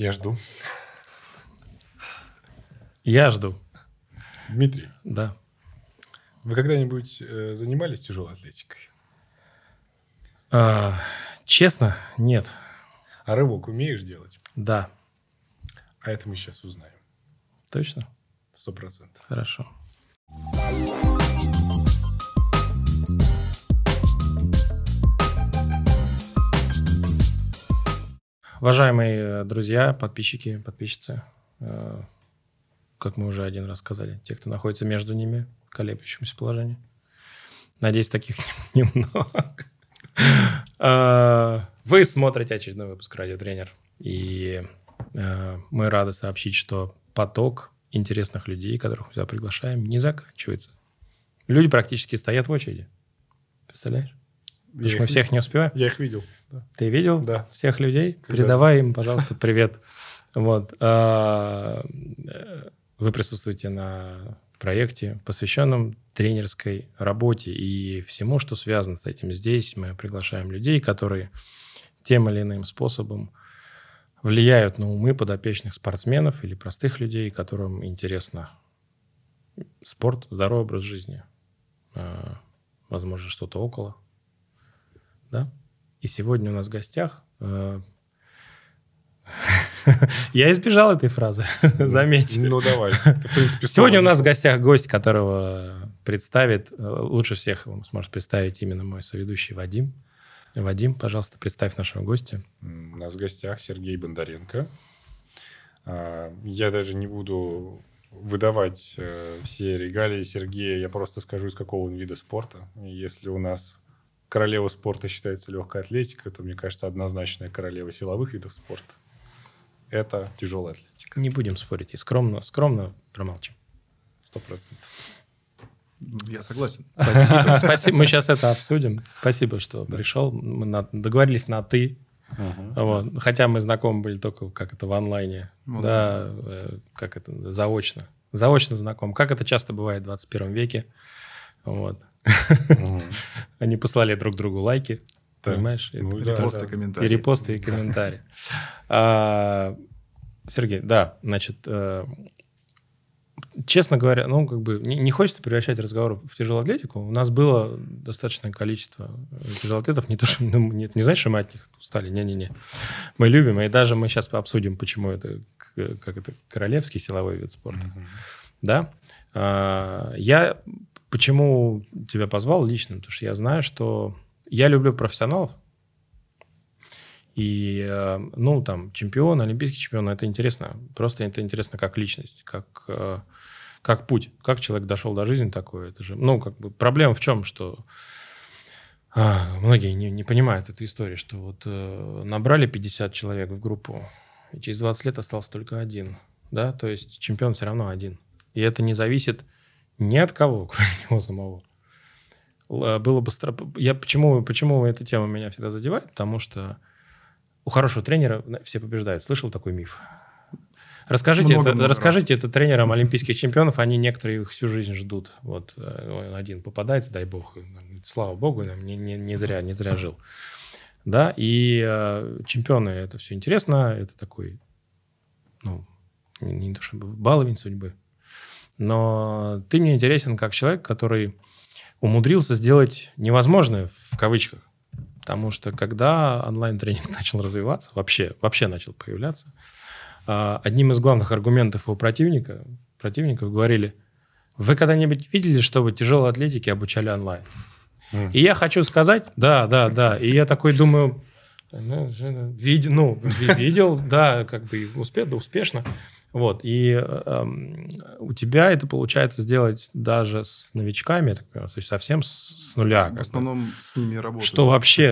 Я жду. Я жду. Дмитрий, Да. вы когда-нибудь занимались тяжелой атлетикой? Честно, нет. А рывок умеешь делать? Да. А это мы сейчас узнаем. Точно? 100%. Хорошо. Уважаемые друзья, подписчики, подписчицы, как мы уже один раз сказали, те, кто находится между ними в колеблющемся положении. Надеюсь, таких немного. Вы смотрите очередной выпуск «Радио Тренер». И мы рады сообщить, что поток интересных людей, которых мы сюда приглашаем, не заканчивается. Люди практически стоят в очереди. Представляешь? Потому что мы всех не успеваем. Я их видел. Да. Ты видел? Да. Всех людей? Когда? Передавай им, пожалуйста, привет. Вот. Вы присутствуете на проекте, посвященном тренерской работе и всему, что связано с этим. Здесь мы приглашаем людей, которые тем или иным способом влияют на умы подопечных спортсменов или простых людей, которым интересно спорт, здоровый образ жизни, возможно, что-то около. Да? И сегодня у нас в гостях... Я избежал этой фразы, заметьте. Ну, давай. Ты, в принципе, сегодня у нас в гостях гость, которого представит, лучше всех его сможет представить именно мой соведущий Вадим. Вадим, пожалуйста, представь нашего гостя. У нас в гостях Сергей Бондаренко. Я даже не буду выдавать все регалии Сергея. Я просто скажу, из какого он вида спорта. Если у нас королева спорта считается легкая атлетика, то, мне кажется, однозначная королева силовых видов спорта – это тяжелая атлетика. Не будем спорить. И скромно промолчим. 100%. Я согласен. Спасибо. Мы сейчас это обсудим. Спасибо, что пришел. Мы договорились на «ты». Вот. Хотя мы знакомы были только как это в онлайне. Ну, да, как это заочно. Заочно знакомы. Как это часто бывает в 21 веке. Вот. Они послали друг другу лайки. Понимаешь? Перепосты и комментарии. Перепосты и комментарии. Сергей, да, значит, честно говоря, ну, как бы не хочется превращать разговор в тяжелую атлетику. У нас было достаточное количество тяжелоатлетов. Не то, что не знаешь, что мы от них устали. Не-не-не. Мы любим, и даже мы сейчас обсудим, почему это, как это, королевский силовой вид спорта. Да? Я почему тебя позвал лично? Потому что я знаю, что я люблю профессионалов. И, ну, там, чемпион, олимпийский чемпион, это интересно. Просто это интересно как личность, как путь. Как человек дошел до жизни такой. Это же, ну, как бы проблема в чем, что многие не понимают эту историю, что вот набрали 50 человек в группу, и через 20 лет остался только один. Да? То есть чемпион все равно один. И это не зависит ни от кого, кроме него самого. Было бы почему эта тема меня всегда задевает? Потому что у хорошего тренера все побеждают. Слышал такой миф? Расскажите это тренерам олимпийских чемпионов. Они некоторые их всю жизнь ждут. Вот он один попадается, дай бог. Слава богу, не зря жил. Да, и чемпионы, это все интересно. Это такой, ну, не то чтобы баловень судьбы. Но ты мне интересен как человек, который умудрился сделать невозможное в кавычках. Потому что когда онлайн-тренинг начал развиваться, вообще начал появляться, одним из главных аргументов его противников говорили: вы когда-нибудь видели, чтобы тяжелой атлетике обучали онлайн? И я хочу сказать, да. И я такой думаю, видел, да, как бы успешно. Вот, и у тебя это получается сделать даже с новичками, так понимаю, то есть совсем с нуля. В основном с ними работают. Что вообще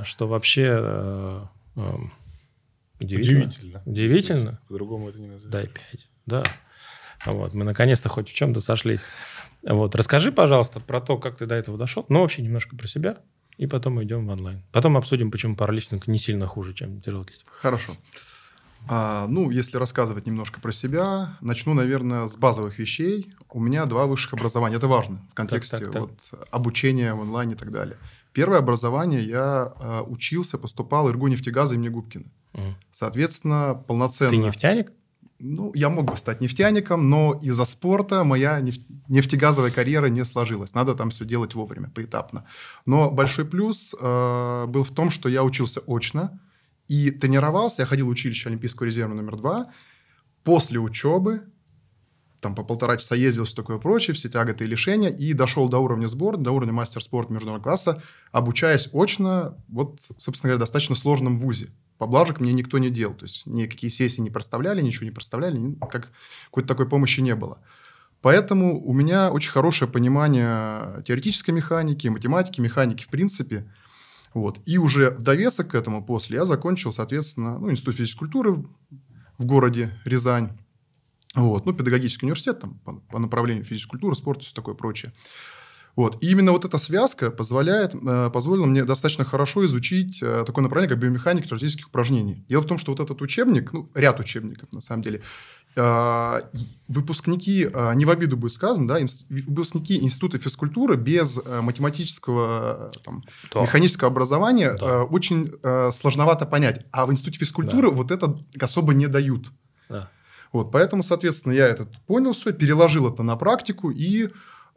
удивительно. Удивительно. По-другому это не назовешь. Дай 5. Да. Вот, мы наконец-то хоть в чем-то сошлись. Вот, расскажи, пожалуйста, про то, как ты до этого дошел. Ну, вообще немножко про себя. И потом уйдем в онлайн. Потом обсудим, почему пауэрлифтинг не сильно хуже, чем тяжелая атлетика. Хорошо. Ну, если рассказывать немножко про себя, начну, наверное, с базовых вещей. У меня 2 высших образования. Это важно в контексте Так. Вот, обучения в онлайне и так далее. Первое образование я учился, поступал в Иргу-нефтегаза имени Губкина. Соответственно, полноценно... Ты нефтяник? Ну, я мог бы стать нефтяником, но из-за спорта моя нефтегазовая карьера не сложилась. Надо там все делать вовремя, поэтапно. Но большой плюс был в том, что я учился очно и тренировался. Я ходил в училище Олимпийского резерва номер 2. После учебы, там по 1,5 часа ездил, все такое прочее, все тяготы и лишения, и дошел до уровня сборной, до уровня мастер спорта международного класса, обучаясь очно, вот, собственно говоря, в достаточно сложном вузе. Поблажек мне никто не делал, то есть никакие сессии не проставляли, ничего не проставляли, как какой-то такой помощи не было. Поэтому у меня очень хорошее понимание теоретической механики, математики, механики в принципе. Вот. И уже в довесок к этому после я закончил, соответственно, Институт физической культуры в городе Рязань. Вот. Педагогический университет там, по направлению физической культуры, спорта и все такое прочее. Вот. И именно вот эта связка позволила мне достаточно хорошо изучить такое направление, как биомеханика теоретических упражнений. Дело в том, что вот этот учебник, ряд учебников на самом деле, выпускники, не в обиду будет сказано, да, выпускники Института физкультуры без математического, механического образования очень сложновато понять. А в Институте физкультуры вот это особо не дают. Да. Вот, поэтому, соответственно, я это понял все, переложил это на практику, и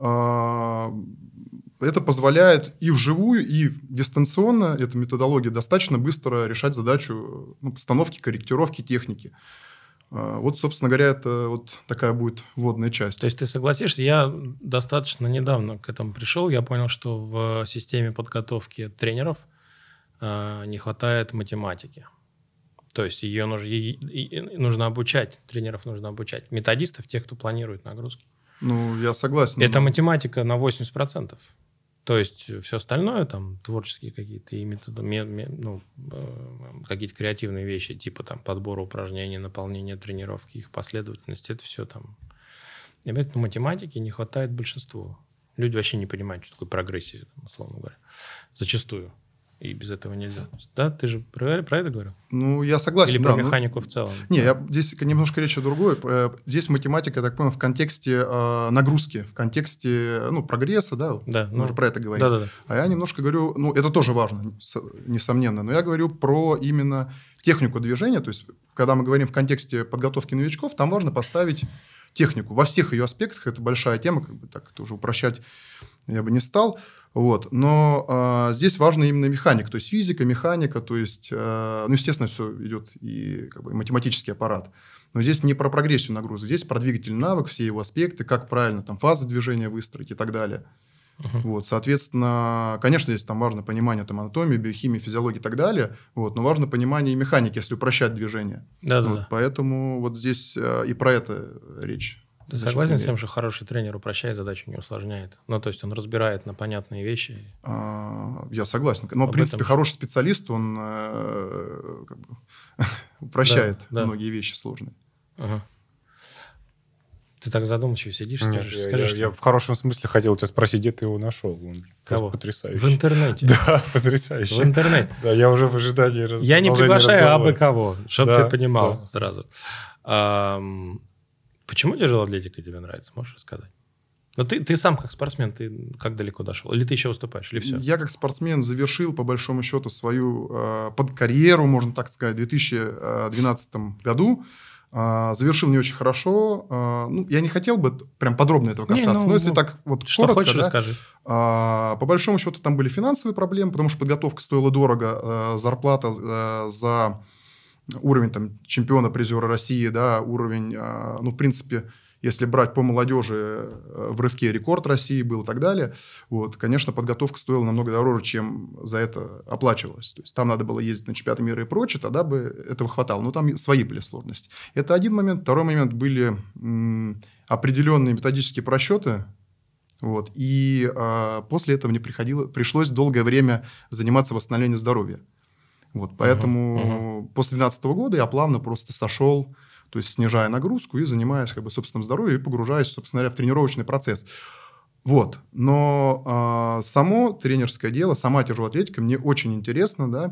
это позволяет и вживую, и дистанционно, эта методология, достаточно быстро решать задачу постановки, корректировки техники. Вот, собственно говоря, это вот такая будет вводная часть. То есть ты согласишься, я достаточно недавно к этому пришел, я понял, что в системе подготовки тренеров не хватает математики. То есть ее нужно обучать, тренеров нужно обучать, методистов, тех, кто планирует нагрузки. Я согласен. Это математика на 80%. То есть все остальное, там, творческие какие-то и методы, какие-то креативные вещи, типа там подбора упражнений, наполнения тренировки, их последовательности, это все там. И поэтому математики не хватает большинству. Люди вообще не понимают, что такое прогрессия, условно говоря. Зачастую. И без этого нельзя. Да, ты же про это говорил? Я согласен. Или про механику в целом? Здесь немножко речь о другой. Здесь математика, я так понял, в контексте нагрузки, в контексте прогресса, да? Да. Мы же про это говорим. Да. А я немножко говорю, это тоже важно, несомненно, но я говорю про именно технику движения. То есть, когда мы говорим в контексте подготовки новичков, там важно поставить технику. Во всех ее аспектах, это большая тема, так это уже упрощать я бы не стал. Вот. Но здесь важна именно механика, то есть физика, механика, то есть, естественно, все идет и математический аппарат. Но здесь не про прогрессию нагрузок, здесь про двигательный навык, все его аспекты, как правильно там фазы движения выстроить и так далее. Вот, соответственно, конечно, здесь там важно понимание там, анатомии, биохимии, физиологии и так далее, вот, но важно понимание и механики, если упрощать движение. Да. Поэтому вот здесь и про это речь. Ты согласен с тем, что хороший тренер упрощает задачу, не усложняет? То есть он разбирает на понятные вещи? Я согласен. Но, в принципе, хороший специалист, он упрощает многие вещи сложные. Ага. Ты так задумчиво сидишь, скажешь? Я в хорошем смысле хотел тебя спросить, где ты его нашел. Он Кого? Потрясающий. В интернете. Да, потрясающе. В интернете. Да, я уже в ожидании Я не приглашаю абы кого, чтобы ты понимал сразу. Почему тяжелая атлетика тебе нравится? Можешь рассказать? Ты сам как спортсмен, ты как далеко дошел? Или ты еще выступаешь, или все? Я как спортсмен завершил, по большому счету, свою карьеру, можно так сказать, в 2012 году. Завершил не очень хорошо. Я не хотел бы прям подробно этого касаться, но если так вот что коротко, хочешь, расскажи. По большому счету там были финансовые проблемы, потому что подготовка стоила дорого, зарплата за уровень там, чемпиона, призера России, да, уровень, в принципе, если брать по молодежи, в рывке рекорд России был и так далее, вот, конечно, подготовка стоила намного дороже, чем за это оплачивалось. То есть там надо было ездить на чемпионаты мира и прочее, тогда бы этого хватало. Но там свои были сложности. Это один момент. Второй момент были определенные методические просчеты. Вот, и после этого мне пришлось долгое время заниматься восстановлением здоровья. Вот, поэтому после 2012 года я плавно просто сошел, то есть снижая нагрузку и занимаясь собственным здоровьем и погружаясь, собственно говоря, в тренировочный процесс. Вот. Но само тренерское дело, сама тяжелая атлетика мне очень интересна. Да?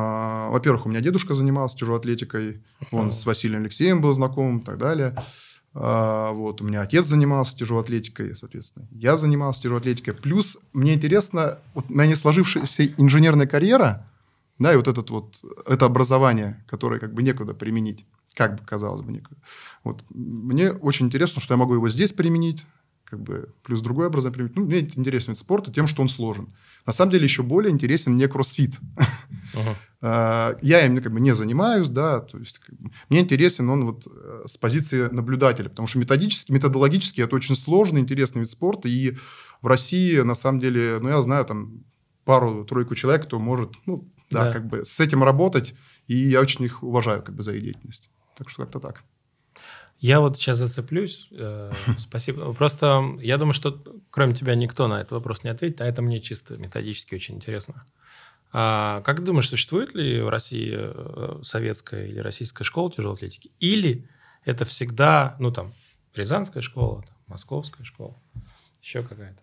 Во-первых, у меня дедушка занимался тяжелой атлетикой, он с Василием Алексеем был знаком и так далее. Вот, у меня отец занимался тяжелой атлетикой, соответственно, я занимался тяжелой атлетикой. Плюс мне интересно, вот у меня не сложившаяся инженерная карьера, да, и вот это образование, которое как бы некуда применить, как бы казалось бы некуда. Вот, мне очень интересно, что я могу его здесь применить, как бы, плюс другое образование применить. Ну, мне интересен вид спорта тем, что он сложен. На самом деле еще более интересен мне кроссфит. Я им как бы не занимаюсь, да, то есть как бы, мне интересен он вот с позиции наблюдателя, потому что методологически это очень сложный, интересный вид спорта, и в России, на самом деле, ну, я знаю там пару-тройку человек, кто может, ну, да, как бы с этим работать, и я очень их уважаю как бы за их деятельность. Так что как-то так. Я вот сейчас зацеплюсь. Спасибо. Просто я думаю, что кроме тебя никто на этот вопрос не ответит, а это мне чисто методически очень интересно. А как ты думаешь, существует ли в России советская или российская школа тяжелой атлетики? Или это всегда, ну, там, Рязанская школа, там, Московская школа, еще какая-то?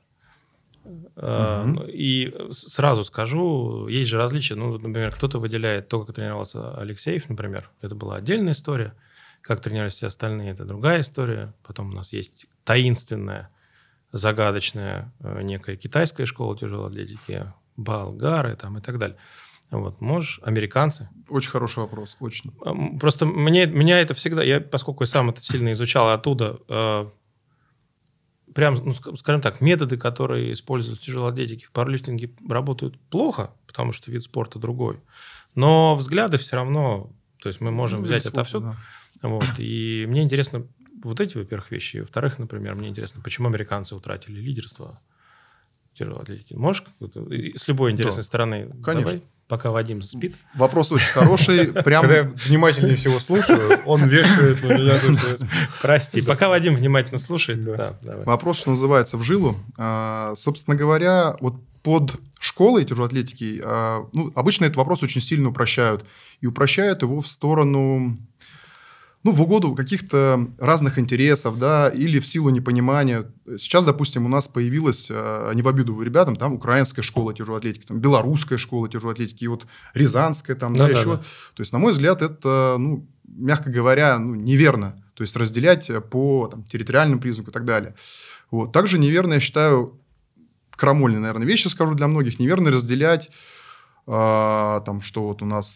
И сразу скажу, есть же различия. Ну, например, кто-то выделяет то, как тренировался Алексеев, например. Это была отдельная история. Как тренировались все остальные, это другая история. Потом у нас есть таинственная, загадочная некая китайская школа тяжелой атлетики, болгары там, и так далее. Вот, можешь, американцы. Очень хороший вопрос, очень. Просто меня это всегда, поскольку я сам это сильно изучал оттуда, прям, ну, скажем так, методы, которые используют в тяжелой атлетике, в пауэрлифтинге работают плохо, потому что вид спорта другой. Но взгляды все равно, то есть мы можем взять отовсюду. Да. Вот, и мне интересно вот эти, во-первых, вещи. И, во-вторых, например, мне интересно, почему американцы утратили лидерство в тяжелой атлетике. Можешь с любой интересной стороны? Конечно. Давай, пока Вадим спит. Вопрос очень хороший. Когда я внимательнее всего слушаю, он вешает на меня. Прости, пока Вадим внимательно слушает. Вопрос, что называется, в жилу. Собственно говоря, вот под школой тяжелой атлетики, обычно этот вопрос очень сильно упрощают. И упрощают его в сторону... Ну, в угоду каких-то разных интересов, да, или в силу непонимания. Сейчас, допустим, у нас появилась, не в обиду ребятам, там украинская школа тяжелой атлетики, там белорусская школа тяжелой атлетики, и вот рязанская там, да, еще. Да. То есть, на мой взгляд, это, ну, мягко говоря, ну, неверно. То есть, разделять по там, территориальным признакам и так далее. Вот. Также неверно, я считаю, крамольные, наверное, вещи скажу для многих, неверно разделять, там, что вот у нас...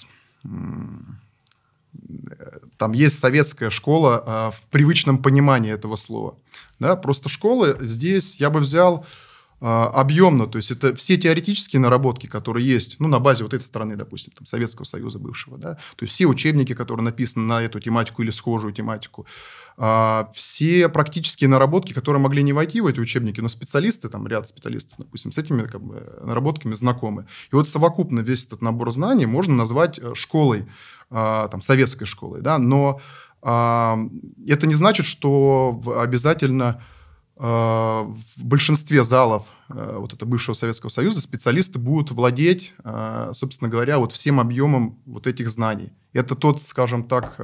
Там есть советская школа в привычном понимании этого слова. Да? Просто школы здесь я бы взял объемно. То есть, это все теоретические наработки, которые есть, ну, на базе вот этой страны, допустим, там, Советского Союза бывшего. Да? То есть, все учебники, которые написаны на эту тематику или схожую тематику. Все практические наработки, которые могли не войти в эти учебники, но специалисты, там ряд специалистов, допустим, с этими как бы, наработками знакомы. И вот совокупно весь этот набор знаний можно назвать школой, там, советской школой, да, но это не значит, что обязательно в большинстве залов вот этого бывшего Советского Союза специалисты будут владеть, собственно говоря, вот всем объемом вот этих знаний. Это тот, скажем так,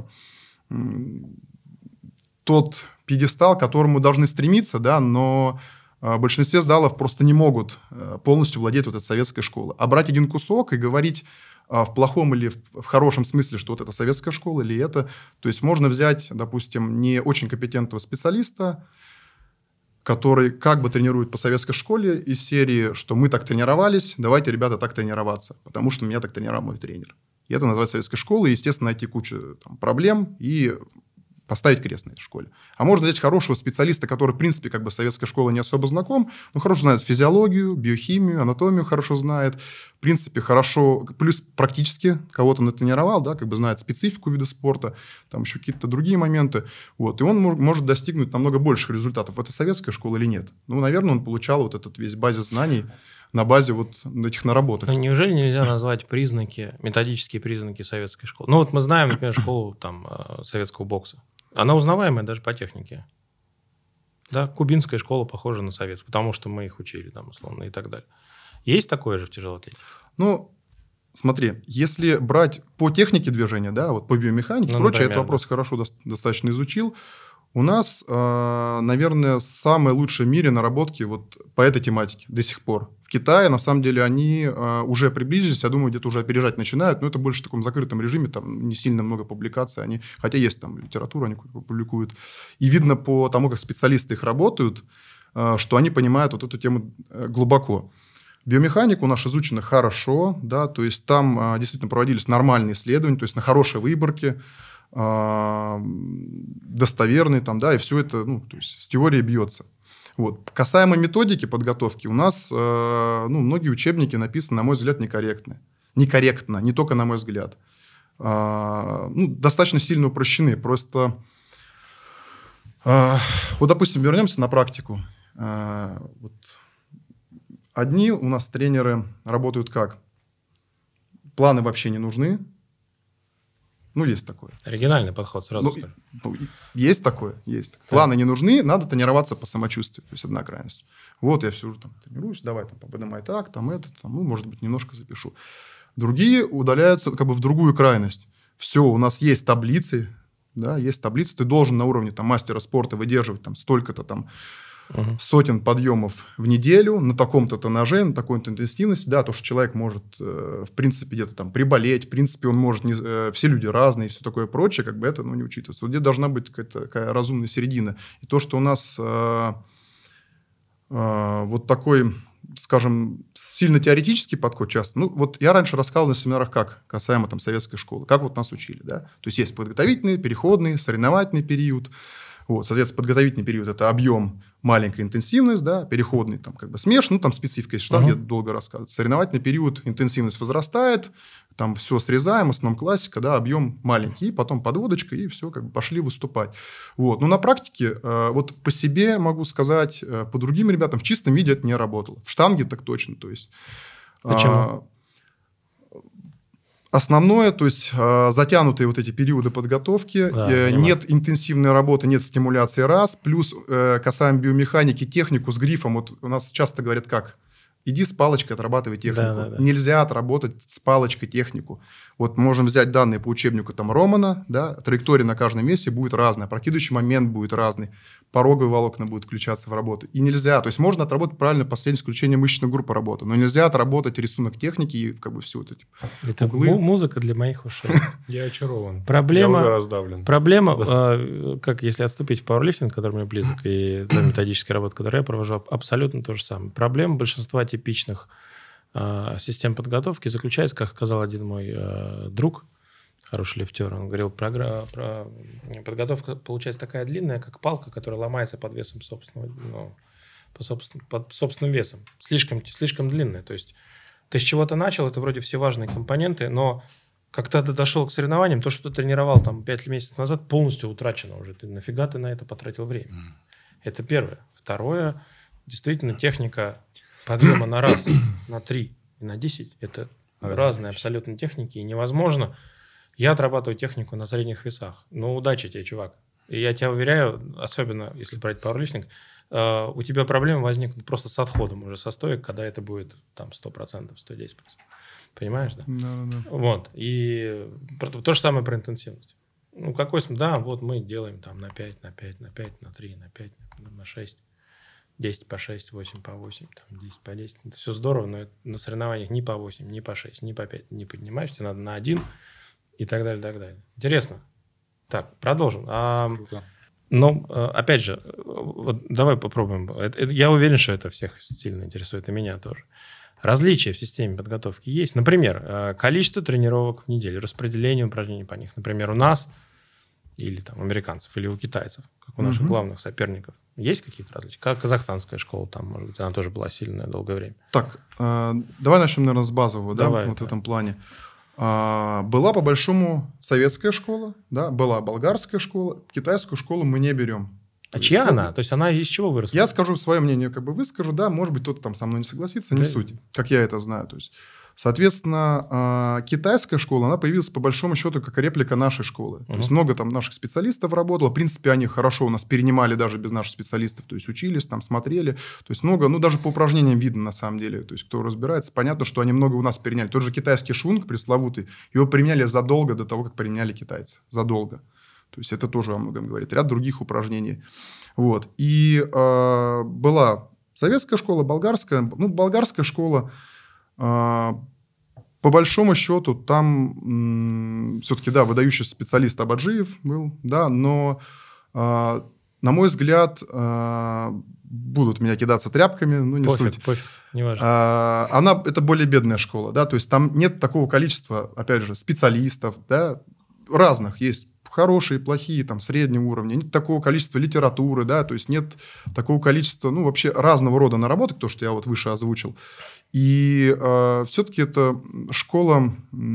тот пьедестал, к которому должны стремиться, да, но в большинстве залов просто не могут полностью владеть вот этой советской школой. А брать один кусок и говорить в плохом или в хорошем смысле, что вот это советская школа или это. То есть, можно взять, допустим, не очень компетентного специалиста, который как бы тренирует по советской школе из серии, что мы так тренировались, давайте, ребята, так тренироваться, потому что меня так тренировал мой тренер. И это называется советской школой, и, естественно, найти кучу там, проблем и поставить крест на этой школе. А можно взять хорошего специалиста, который, в принципе, как бы с советской школой не особо знаком, но хорошо знает физиологию, биохимию, анатомию хорошо знает, в принципе, хорошо, плюс практически кого-то натренировал, да, как бы знает специфику вида спорта, там еще какие-то другие моменты, вот, и он может достигнуть намного больших результатов. Это советская школа или нет? Ну, наверное, он получал вот этот весь базис знаний на базе вот этих наработок. Но неужели нельзя назвать признаки, методические признаки советской школы? Ну, вот мы знаем, например, школу там, советского бокса. Она узнаваемая даже по технике. Да, кубинская школа похожа на советскую, потому что мы их учили, там, условно, и так далее. Есть такое же в тяжелой атлетике? Ну, смотри, если брать по технике движения, да, вот по биомеханике, прочее, этот вопрос хорошо достаточно изучил. У нас, наверное, самые лучшие в мире наработки вот по этой тематике до сих пор. В Китае, на самом деле, они уже приблизились, я думаю, где-то уже опережать начинают, но это больше в таком закрытом режиме, там не сильно много публикаций, хотя есть там литература, они публикуют. И видно по тому, как специалисты их работают, что они понимают вот эту тему глубоко. Биомеханику у нас изучена хорошо, да, то есть там действительно проводились нормальные исследования, то есть на хорошей выборке, достоверный, там, да, и все это, ну, то есть с теорией бьется. Вот. Касаемо методики подготовки, у нас многие учебники написаны, на мой взгляд, некорректно. Некорректно, не только на мой взгляд. Достаточно сильно упрощены. Просто, вот, допустим, вернемся на практику. Вот. Одни у нас тренеры работают как? Планы вообще не нужны. Есть такое. Оригинальный подход, сразу скажу. Есть такое, есть. Планы не нужны, надо тренироваться по самочувствию. То есть, одна крайность. Вот я все уже там тренируюсь, давай там поднимай так, там это, там, может быть, немножко запишу. Другие удаляются как бы в другую крайность. Все, у нас есть таблицы, да, есть таблицы, ты должен на уровне там мастера спорта выдерживать там столько-то там сотен подъемов в неделю на таком-то тоннаже, на такой-то интенсивности, да, то, что человек может, в принципе, где-то там приболеть, в принципе, он может, все люди разные и все такое прочее, как бы это, не учитывается. Вот где должна быть какая-то такая разумная середина. И то, что у нас вот такой, скажем, сильно теоретический подход часто, вот я раньше рассказывал на семинарах, как касаемо там советской школы, как вот нас учили, да, то есть есть подготовительный, переходный, соревновательный период. Вот, соответственно, подготовительный период – это объем, маленькая интенсивность, да, переходный там как бы смешан, там специфика есть, что там где-то долго рассказывать. Соревновательный период, интенсивность возрастает, там все срезаем, в основном классика, да, объем маленький, и потом подводочка, и все, как бы пошли выступать. Вот. Но на практике, вот по себе могу сказать, по другим ребятам, в чистом виде это не работало. В штанге так точно, то есть. Почему? Основное, то есть затянутые вот эти периоды подготовки, нет интенсивной работы, нет стимуляции раз, плюс касаемо биомеханики, технику с грифом, вот у нас часто говорят как? Иди с палочкой отрабатывай технику. Да. Нельзя отработать с палочкой технику. Вот можем взять данные по учебнику там Романа, да, траектория на каждом месте будет разная, прокидывающий момент будет разный, пороговые волокна будут включаться в работу. И нельзя, то есть можно отработать правильно последнее исключение мышечной группы работы, но нельзя отработать рисунок техники и как бы все вот эти это углы. Музыка для моих ушей. Я очарован. Проблема, я уже раздавлен. Проблема, как если отступить в пауэрлифтинг, который мне близок, и та методическая работа, которую я провожу, абсолютно то же самое. Проблема большинства типичных систем подготовки заключается, как сказал один мой друг, хороший лифтер, он говорил, подготовка получается такая длинная, как палка, которая ломается под весом под собственным весом. Слишком длинная. То есть ты с чего-то начал, это вроде все важные компоненты, но когда ты дошел к соревнованиям, то, что ты тренировал там 5 месяцев назад, полностью утрачено уже. Нафига ты на это потратил время? Это первое. Второе, действительно, техника подъема на раз, на 3 и на 10 – это разные абсолютно техники, и невозможно. Я отрабатываю технику на средних весах. Удачи тебе, чувак. И я тебя уверяю, особенно если брать пауэрлифтинг, у тебя проблемы возникнут просто с отходом уже со стоек, когда это будет там 100%, 110%. Понимаешь, да? Да. Вот. И то же самое про интенсивность. Какой смысл? Да, вот мы делаем там на 5, на 5, на 5, на 3, на 5, на 6. 10 по 6, 8 по 8, там 10 по 10. Это все здорово, но на соревнованиях ни по 8, ни по 6, ни по 5 не поднимаешь. Тебе надо на 1 и так далее, так далее. Интересно. Так, продолжим. Опять же, вот давай попробуем. Я уверен, что это всех сильно интересует, и меня тоже. Различия в системе подготовки есть. Например, количество тренировок в неделю, распределение упражнений по них. Например, у нас или там американцев, или у китайцев, как у наших главных соперников. Есть какие-то различия? Как казахстанская школа, там, может быть, она тоже была сильная долгое время. Так, давай начнем, наверное, с базового, давай, в этом плане. Была, по-большому, советская школа, да, была болгарская школа, китайскую школу мы не берем. Чья она? То есть она из чего выросла? Я скажу свое мнение, выскажу, да, может быть, кто-то там со мной не согласится, не суть, как я это знаю, то есть... Соответственно, китайская школа, она появилась по большому счету как реплика нашей школы. То есть много там наших специалистов работало. В принципе, они хорошо у нас перенимали даже без наших специалистов. То есть учились, там смотрели. То есть много, даже по упражнениям видно на самом деле. То есть кто разбирается, понятно, что они много у нас переняли. Тот же китайский швунг пресловутый, его применяли задолго до того, как применяли китайцы. Задолго. То есть это тоже о многом говорит. Ряд других упражнений. Вот. И была советская школа, болгарская. Ну, болгарская школа, по большому счету, там все-таки, да, выдающийся специалист Абаджиев был, да, но, на мой взгляд, будут меня кидаться тряпками, ну, не суть. Пофиг, неважно. Это более бедная школа, да, то есть там нет такого количества, опять же, специалистов, да, разных есть. Хорошие, плохие, там, среднего уровня. Нет такого количества литературы, да, то есть нет такого количества, ну, вообще разного рода наработок, то, что я вот выше озвучил. И все-таки это школа,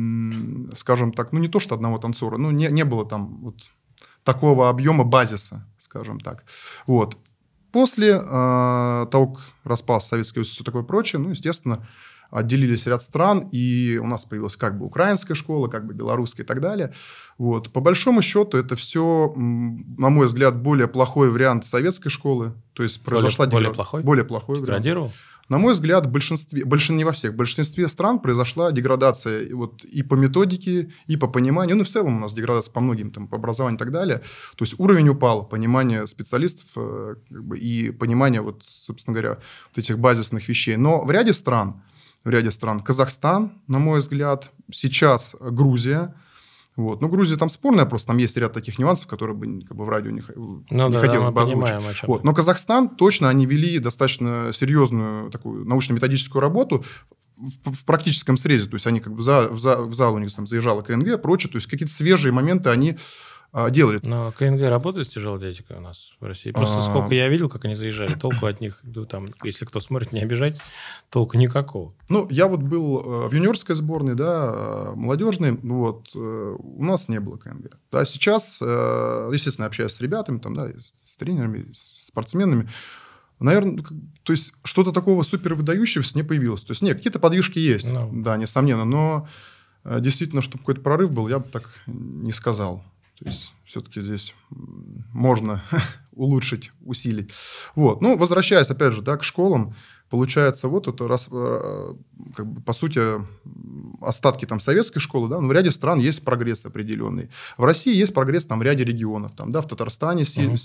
скажем так, ну, не то, что одного танцора, ну, не было там вот такого объема базиса, скажем так. Вот. После того, как распался Советский Союз и все такое прочее, ну, естественно, отделились ряд стран, и у нас появилась как бы украинская школа, как бы белорусская и так далее. Вот. По большому счету, это все, на мой взгляд, более плохой вариант советской школы. То есть произошла более плохой? Более плохой вариант. На мой взгляд, в большинстве, не во всех, в большинстве стран произошла деградация и по методике, и по пониманию. Ну, и в целом у нас деградация по многим, там, по образованию и так далее. То есть уровень упал, понимание специалистов как бы, и понимание, вот, собственно говоря, вот этих базисных вещей. Но в ряде стран, Казахстан, на мой взгляд, сейчас Грузия. Вот. Ну, Грузия там спорная, просто там есть ряд таких нюансов, которые бы как бы в радио не хотелось бы озвучить. Вот. Но Казахстан точно они вели достаточно серьезную такую научно-методическую работу в практическом срезе. То есть они как бы в зал у них там заезжала КНГ, прочее. То есть какие-то свежие моменты они делали. Но КНГ работает с тяжелой атлетикой у нас в России. Просто сколько я видел, как они заезжали, толку от них, там, если кто смотрит, не обижайтесь, толку никакого. Ну, я вот был в юниорской сборной, да, молодежной, вот, у нас не было КНГ. Да, сейчас, естественно, общаюсь с ребятами, там, да, с тренерами, с спортсменами. Наверное, то есть что-то такого супер выдающегося не появилось. То есть нет, какие-то подвижки есть, да, несомненно, но действительно, чтобы какой-то прорыв был, я бы так не сказал. То есть, все-таки здесь можно улучшить, усилить. Вот. Ну, возвращаясь, опять же, да, к школам, получается, вот это, как бы, по сути, остатки там советской школы, да, но в ряде стран есть прогресс определенный. В России есть прогресс там в ряде регионов, там, да, в Татарстане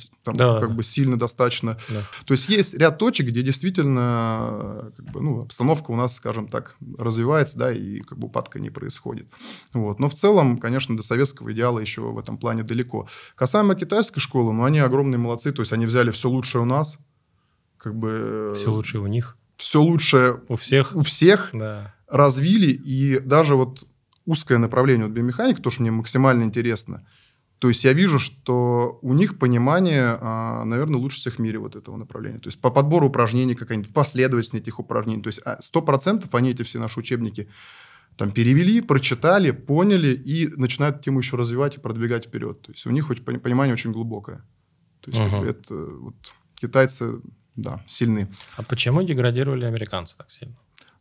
сильно достаточно. Да. То есть, есть ряд точек, где действительно как бы, ну, обстановка у нас, скажем так, развивается, да, и как бы упадка не происходит. Вот. Но в целом, конечно, до советского идеала еще в этом плане далеко. Касаемо китайской школы, ну, они огромные молодцы, то есть, они взяли все лучшее у нас, как бы... Все лучшее у них. Все лучшее у всех да. Развили. И даже вот узкое направление вот биомеханики, то, что мне максимально интересно. То есть, я вижу, что у них понимание, наверное, лучше всех в мире вот этого направления. То есть, по подбору упражнений, какая-нибудь последовательность этих упражнений. То есть, 100% они эти все наши учебники там перевели, прочитали, поняли и начинают тему еще развивать и продвигать вперед. То есть, у них понимание очень глубокое. То есть, как бы это вот, китайцы... Да, сильны. А почему деградировали американцы так сильно?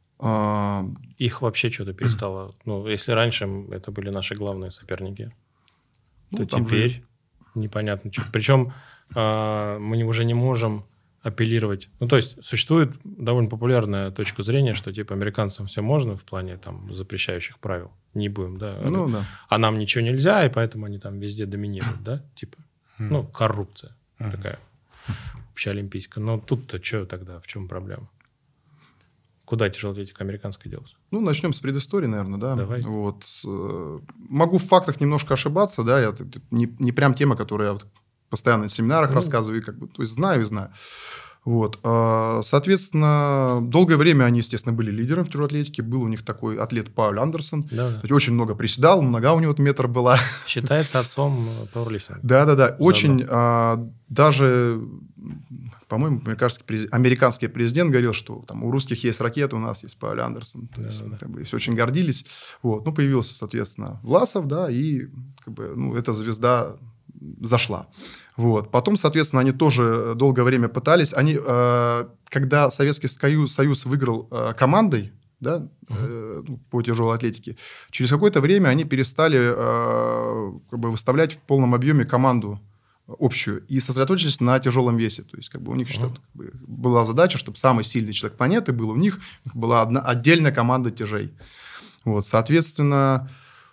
Их вообще что-то перестало... Ну, если раньше это были наши главные соперники, то теперь непонятно что. Причем мы уже не можем апеллировать. Ну, то есть, существует довольно популярная точка зрения, что, типа, американцам все можно в плане там запрещающих правил. Не будем, да? Ну, да. А нам ничего нельзя, и поэтому они там везде доминируют, да? Типа, ну, коррупция такая. Общеолимпийская. Но тут-то что тогда? В чем проблема? Куда тяжелая атлетика американская делась? Ну, начнем с предыстории, наверное, да. Давай. Вот. Могу в фактах немножко ошибаться, да. Это не прям тема, которую я вот постоянно на семинарах рассказываю, как бы, то есть знаю и знаю. Вот. Соответственно, долгое время они, естественно, были лидером в тяжелой атлетике. Был у них такой атлет Пауль Андерсон. Да. Очень много приседал, нога у него метр была. Считается отцом пауэрлифтинга. Да. Очень даже, по-моему, мне кажется, американский президент говорил, что там у русских есть ракеты, у нас есть Пауль Андерсон. То есть, как бы, все очень гордились. Вот. Ну, появился, соответственно, Власов, да, и как бы, ну, эта звезда зашла. Вот. Потом, соответственно, они тоже долгое время пытались. Они, когда Советский Союз выиграл командой, да, по тяжелой атлетике, через какое-то время они перестали как бы выставлять в полном объеме команду общую и сосредоточились на тяжелом весе. То есть, как бы у них как бы, была задача, чтобы самый сильный человек планеты был у них была отдельная команда тяжей. Вот, соответственно,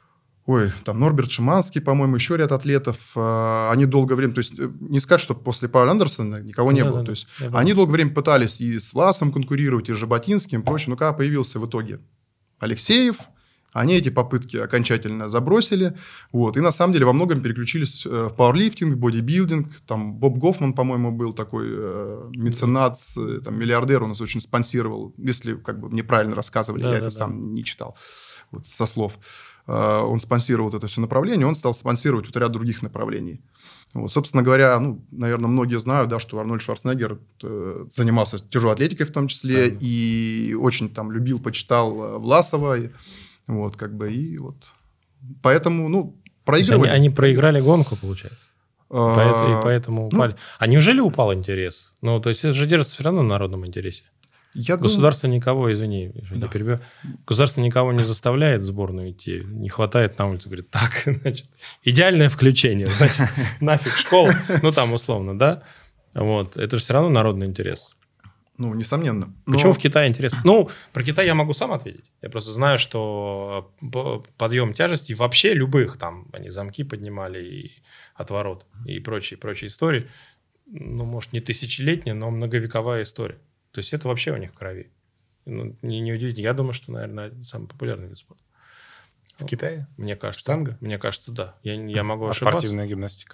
Ой, там Норберт Шиманский, по-моему, еще ряд атлетов. Они долгое время... То есть не сказать, что после Пауля Андерсона никого не было. То есть они долгое время пытались и с Власом конкурировать, и с Жаботинским, и прочее. Но когда появился в итоге Алексеев, они эти попытки окончательно забросили. Вот. И на самом деле во многом переключились в пауэрлифтинг, бодибилдинг. Там Боб Гофман, по-моему, был такой меценат, там, миллиардер, у нас очень спонсировал. Если как бы неправильно рассказывали, я это сам не читал вот, со слов. Он спонсировал вот это все направление, он стал спонсировать вот ряд других направлений. Вот, собственно говоря, ну, наверное, многие знают, да, что Арнольд Шварценеггер занимался тяжелой атлетикой в том числе, и очень там любил, почитал Власова, вот, как бы, и вот. Поэтому, ну, проигрывали. Они проиграли гонку, получается. И поэтому упали. А неужели упал интерес? Ну, то есть это же держится все равно на народном интересе. Государство никого, извини, я перебью, государство никого не заставляет в сборную идти, не хватает на улицу, говорит, так, значит, идеальное включение, значит, нафиг школу, ну, там, условно, да, вот, это же все равно народный интерес. Ну, несомненно. Почему в Китае интерес? Ну, про Китай я могу сам ответить. Я просто знаю, что подъем тяжести вообще любых, там, они замки поднимали и отворот, и прочие истории, ну, может, не тысячелетняя, но многовековая история. То есть это вообще у них в крови. Ну, не удивительно. Я думаю, что, наверное, самый популярный вид спорта. В Китае? Мне кажется. Штанга? Мне кажется, да. Я могу ошибаться. Спортивная гимнастика?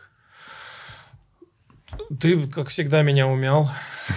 Ты, как всегда, меня умял.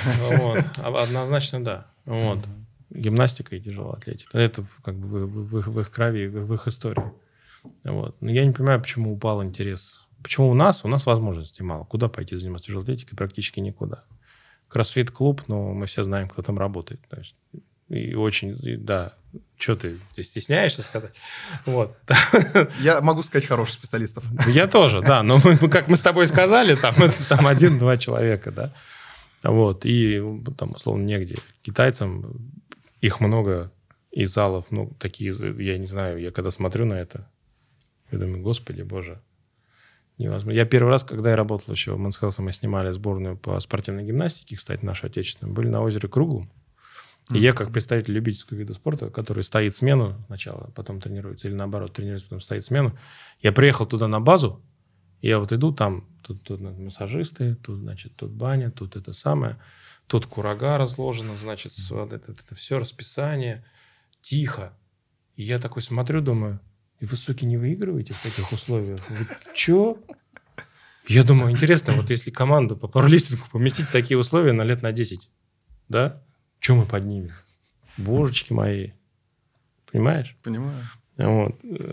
Однозначно, да. Гимнастика и тяжелая атлетика. Это как бы в их крови, в их истории. Но я не понимаю, почему упал интерес. Почему у нас возможностей мало. Куда пойти заниматься тяжелой атлетикой? Практически никуда. Кроссфит-клуб, но мы все знаем, кто там работает. То есть, и очень, да. Что ты стесняешься сказать? Вот. Я могу сказать хороших специалистов. Я тоже, да. Но как мы с тобой сказали, там 1-2 человека, да. Вот. И там, условно, негде. Китайцам их много, и залов, ну, такие, я не знаю, я когда смотрю на это, я думаю, господи, боже, невозможно. Я первый раз, когда я работал еще в Men's Health, мы снимали сборную по спортивной гимнастике, кстати, нашу отечественную, были на озере Круглом. И я, как представитель любительского вида спорта, который стоит смену сначала, потом тренируется, или наоборот, тренируется, потом стоит смену, я приехал туда на базу, и я вот иду, там, тут массажисты, тут, значит, тут баня, тут это самое, тут курага разложена, значит, это все расписание, тихо. И я такой смотрю, думаю, и вы, суки, не выигрываете в таких условиях? Вы чё? Я думаю, интересно, вот если команду по пауэрлифтингу поместить в такие условия на лет на 10, да? Чё мы поднимем? Божечки мои. Понимаешь? Понимаю. Вот.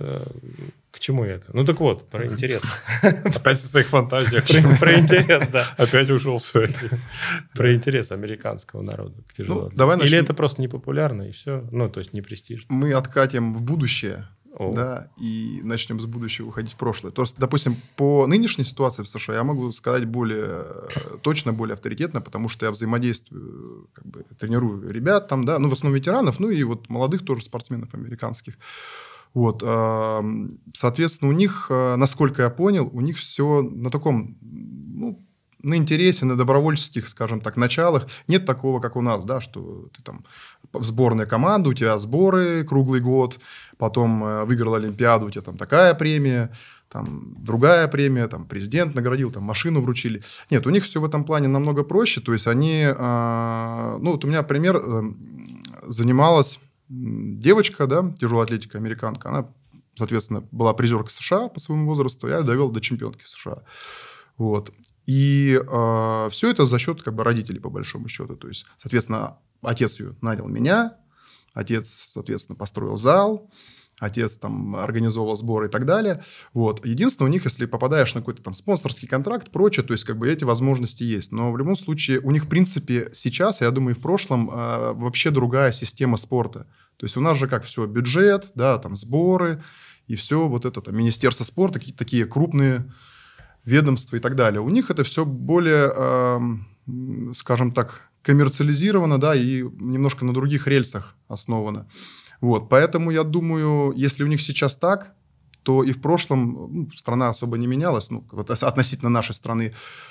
К чему это? Ну, так вот, про интерес. Опять в своих фантазиях. Про интерес, да. Опять ушел в свой. Про интерес американского народа к тяжелой атлетике. Или это просто непопулярно, и все? Ну, то есть не престижно. Мы откатим в будущее. Да, и начнем с будущего уходить в прошлое. То есть, допустим, по нынешней ситуации в США я могу сказать более точно, более авторитетно, потому что я взаимодействую, как бы, тренирую ребят там, да, ну, в основном ветеранов, ну, и вот молодых тоже спортсменов американских. Вот, соответственно, у них, насколько я понял, у них все на таком, ну, на интересе, на добровольческих, скажем так, началах. Нет такого, как у нас, да, что ты там в сборной команды, у тебя сборы круглый год, потом выиграл Олимпиаду, у тебя там такая премия, там другая премия, там президент наградил, там машину вручили. Нет, у них все в этом плане намного проще. То есть они, ну вот у меня пример, занималась девочка, да, тяжелая атлетика, американка, она, соответственно, была призеркой США по своему возрасту, я довел до чемпионки США. Вот. И все это за счет как бы родителей, по большому счету. То есть, соответственно, отец ее нанял меня, отец, соответственно, построил зал, отец там организовал сборы и так далее. Вот. Единственное, у них, если попадаешь на какой-то там спонсорский контракт, прочее, то есть как бы эти возможности есть. Но в любом случае у них, в принципе, сейчас, я думаю, и в прошлом вообще другая система спорта. То есть у нас же как все, бюджет, да, там сборы и все вот это, там, Министерство спорта, какие-то такие крупные ведомства и так далее. У них это все более, скажем так, коммерциализировано, да, и немножко на других рельсах основано. Вот, поэтому я думаю, если у них сейчас так, то и в прошлом страна особо не менялась, ну, вот относительно нашей страны.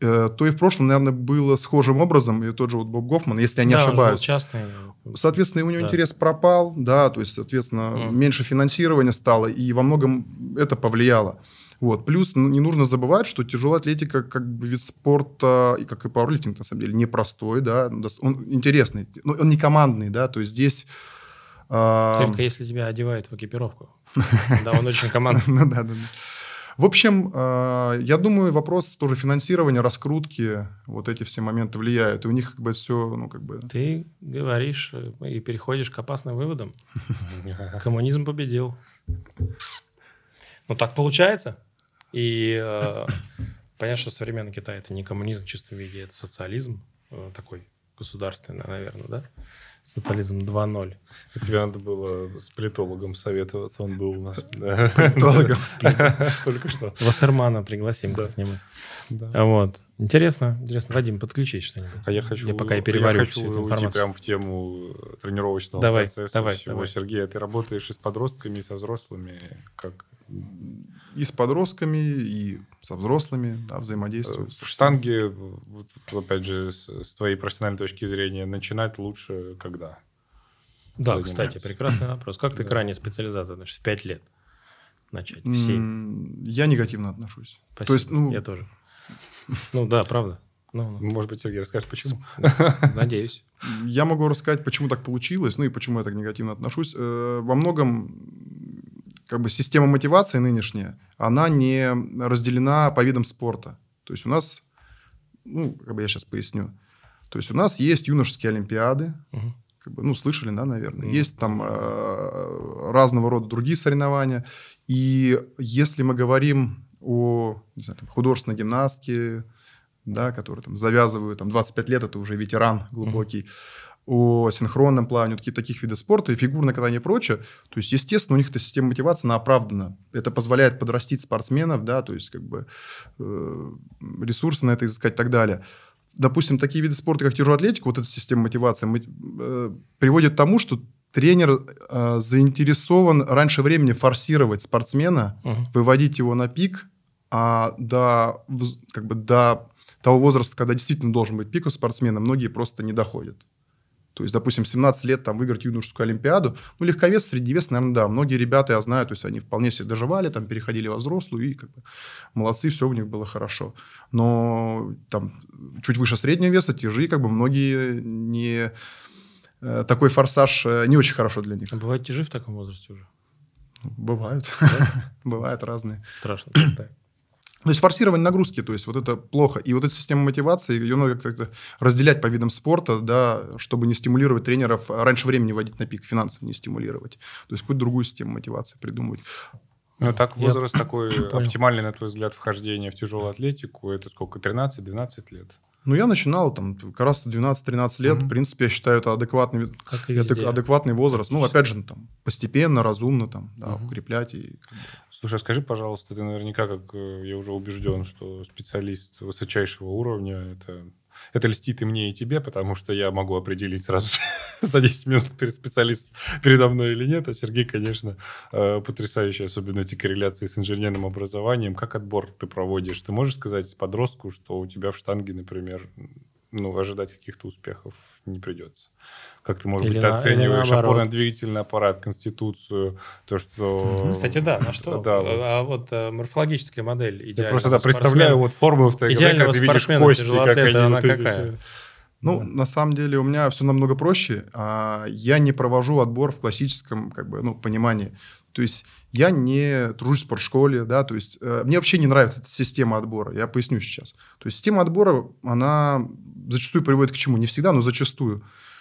то и в прошлом, наверное, было схожим образом. И тот же вот Боб Гофман, если я не ошибаюсь. Частный. Соответственно, у него интерес пропал, да, то есть, соответственно, меньше финансирования стало, и во многом это повлияло. Вот. Плюс не нужно забывать, что тяжелая атлетика как бы вид спорта, и как и пауэрлифтинг, на самом деле, непростой, да, он интересный, но он не командный, да, то есть здесь... Только если тебя одевают в экипировку. Да, он очень командный. Да. В общем, я думаю, вопрос тоже финансирования, раскрутки, вот эти все моменты влияют, и у них как бы все, ну, как бы... Ты говоришь и переходишь к опасным выводам. Коммунизм победил. Ну, так получается. И понятно, что современный Китай – это не коммунизм в чистом виде, это социализм такой государственный, наверное, да? Социализм 2.0. Тебе надо было с политологом советоваться, он был у нас. Политологом. Только что. Вассермана пригласим как-нибудь. Вот. Интересно. Вадим, подключить что-нибудь. А я хочу переварю всю эту уйти информацию. прям в тему тренировочного давай, процесса. давай. Сергей, а ты работаешь и с подростками, и со взрослыми? Как? И с подростками, и со взрослыми, да, взаимодействую. В штанге, вот, опять же, с твоей профессиональной точки зрения, начинать лучше когда? Да, кстати, прекрасный вопрос. Как ты к ранней специализации относишься? В 5 лет начать? В 7? Я негативно отношусь. Спасибо. То есть, Я тоже. Ну да, правда. Может быть, Сергей, расскажешь, почему? Надеюсь. Я могу рассказать, почему так получилось, ну и почему я так негативно отношусь. Во многом как бы система мотивации нынешняя, она не разделена по видам спорта. То есть у нас, ну, как бы я сейчас поясню. То есть у нас есть юношеские олимпиады, как бы, ну, слышали, да, наверное. Есть там разного рода другие соревнования. И если мы говорим о, не знаю, там, художественной гимнастке, да, которые там завязывают, там, 25 лет, это уже ветеран глубокий, о синхронном плавании, таких видов спорта, и фигурное катание и прочее, то есть, естественно, у них эта система мотивации, она оправдана. Это позволяет подрастить спортсменов, да, то есть, как бы, ресурсы на это изыскать и так далее. Допустим, такие виды спорта, как тяжелая атлетика, вот эта система мотивации приводит к тому, что тренер заинтересован раньше времени форсировать спортсмена, выводить его на пик, а до того возраста, когда действительно должен быть пик у спортсмена, многие просто не доходят. То есть, допустим, в 17 лет там выиграть юношескую олимпиаду. Ну, легковес, средневес, наверное, да. Многие ребята, я знаю, то есть, они вполне себе доживали, там, переходили во взрослую, и как бы молодцы, все у них было хорошо. Но там чуть выше среднего веса, тяжи, как бы многие не... Такой форсаж не очень хорошо для них. А бывают тяжи в таком возрасте уже? Бывают. Бывают разные. Страшно представить. То есть форсирование нагрузки, то есть вот это плохо. И вот эта система мотивации, ее надо как-то разделять по видам спорта, да, чтобы не стимулировать тренеров, раньше времени вводить на пик, финансово не стимулировать. То есть какую-то другую систему мотивации придумывать. Ну, так возраст такой оптимальный, на твой взгляд, вхождения в тяжелую атлетику, это сколько, 13-12 лет? Ну, я начинал там как раз 12-13 лет. В принципе, я считаю, это адекватный возраст. Ну, опять же, там, постепенно, разумно там, да, укреплять. И, как бы... Слушай, а скажи, пожалуйста, ты наверняка, как я уже убежден, что специалист высочайшего уровня, это льстит и мне, и тебе, потому что я могу определить сразу за 10 минут специалист передо мной или нет. А Сергей, конечно, потрясающий, особенно эти корреляции с инженерным образованием. Как отбор ты проводишь? Ты можешь сказать подростку, что у тебя в штанге, например, ожидать каких-то успехов не придется? Как ты, может быть, ты оцениваешь опорно-двигательный аппарат, конституцию, то, что... Кстати, да, на что? Да, а вот морфологическая модель идеального. Я просто представляю вот формулу в ТГВ, когда ты видишь кости, как они... Она какая? Ну, на самом деле, у меня все намного проще. Я не провожу отбор в классическом понимании. То есть я не тружусь в спортшколе, да, то есть мне вообще не нравится эта система отбора, я поясню сейчас. То есть система отбора, она зачастую приводит к чему? Не всегда, но зачастую.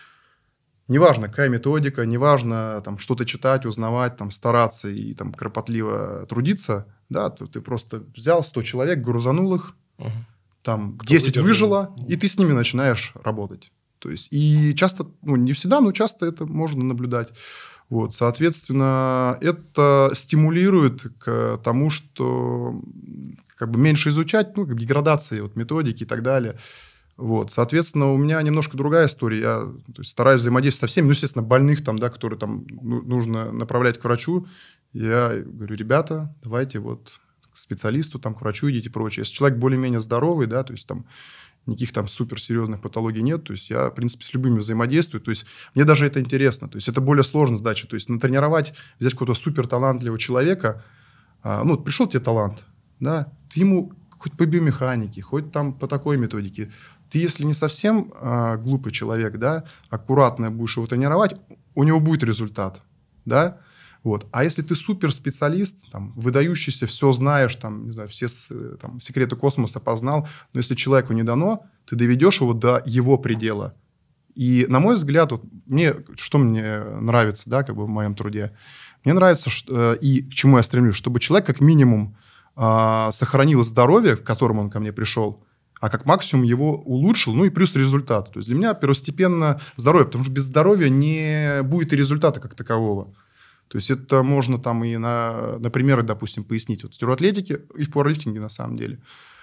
Неважно, какая методика, неважно там, что-то читать, узнавать, там, стараться и там, кропотливо трудиться, да, то ты просто взял 100 человек, грузанул их, там, 10 выжило, и ты с ними начинаешь работать. То есть, и часто, не всегда, но часто это можно наблюдать. Вот, соответственно, это стимулирует к тому, что как бы меньше изучать, как бы деградации вот, методики и так далее. Вот, соответственно, у меня немножко другая история. Я то есть, стараюсь взаимодействовать со всеми, естественно, больных, там, да, которые там, нужно направлять к врачу. Я говорю, ребята, давайте вот к специалисту, там, к врачу идите и прочее. Если человек более-менее здоровый, да, то есть там никаких там суперсерьезных патологий нет, то есть я, в принципе, с любыми взаимодействую, то есть мне даже это интересно, то есть это более сложная задача, то есть натренировать, взять какого-то суперталантливого человека, ну, пришел тебе талант, да, ты ему хоть по биомеханике, хоть там по такой методике, ты, если не совсем глупый человек, да, аккуратно будешь его тренировать, у него будет результат, да, вот. А если ты суперспециалист, там, выдающийся, все знаешь, там, не знаю, все там, секреты космоса познал, но если человеку не дано, ты доведешь его до его предела. И, на мой взгляд, вот что мне нравится, да, как бы в моем труде, мне нравится, и к чему я стремлюсь, чтобы человек как минимум сохранил здоровье, к которому он ко мне пришел, а как максимум его улучшил, ну и плюс результат. То есть для меня первостепенно здоровье, потому что без здоровья не будет и результата как такового. То есть это можно там и на примерах, допустим, пояснить. Вот в тяжелоатлетике и в пауэрлифтинге на самом деле.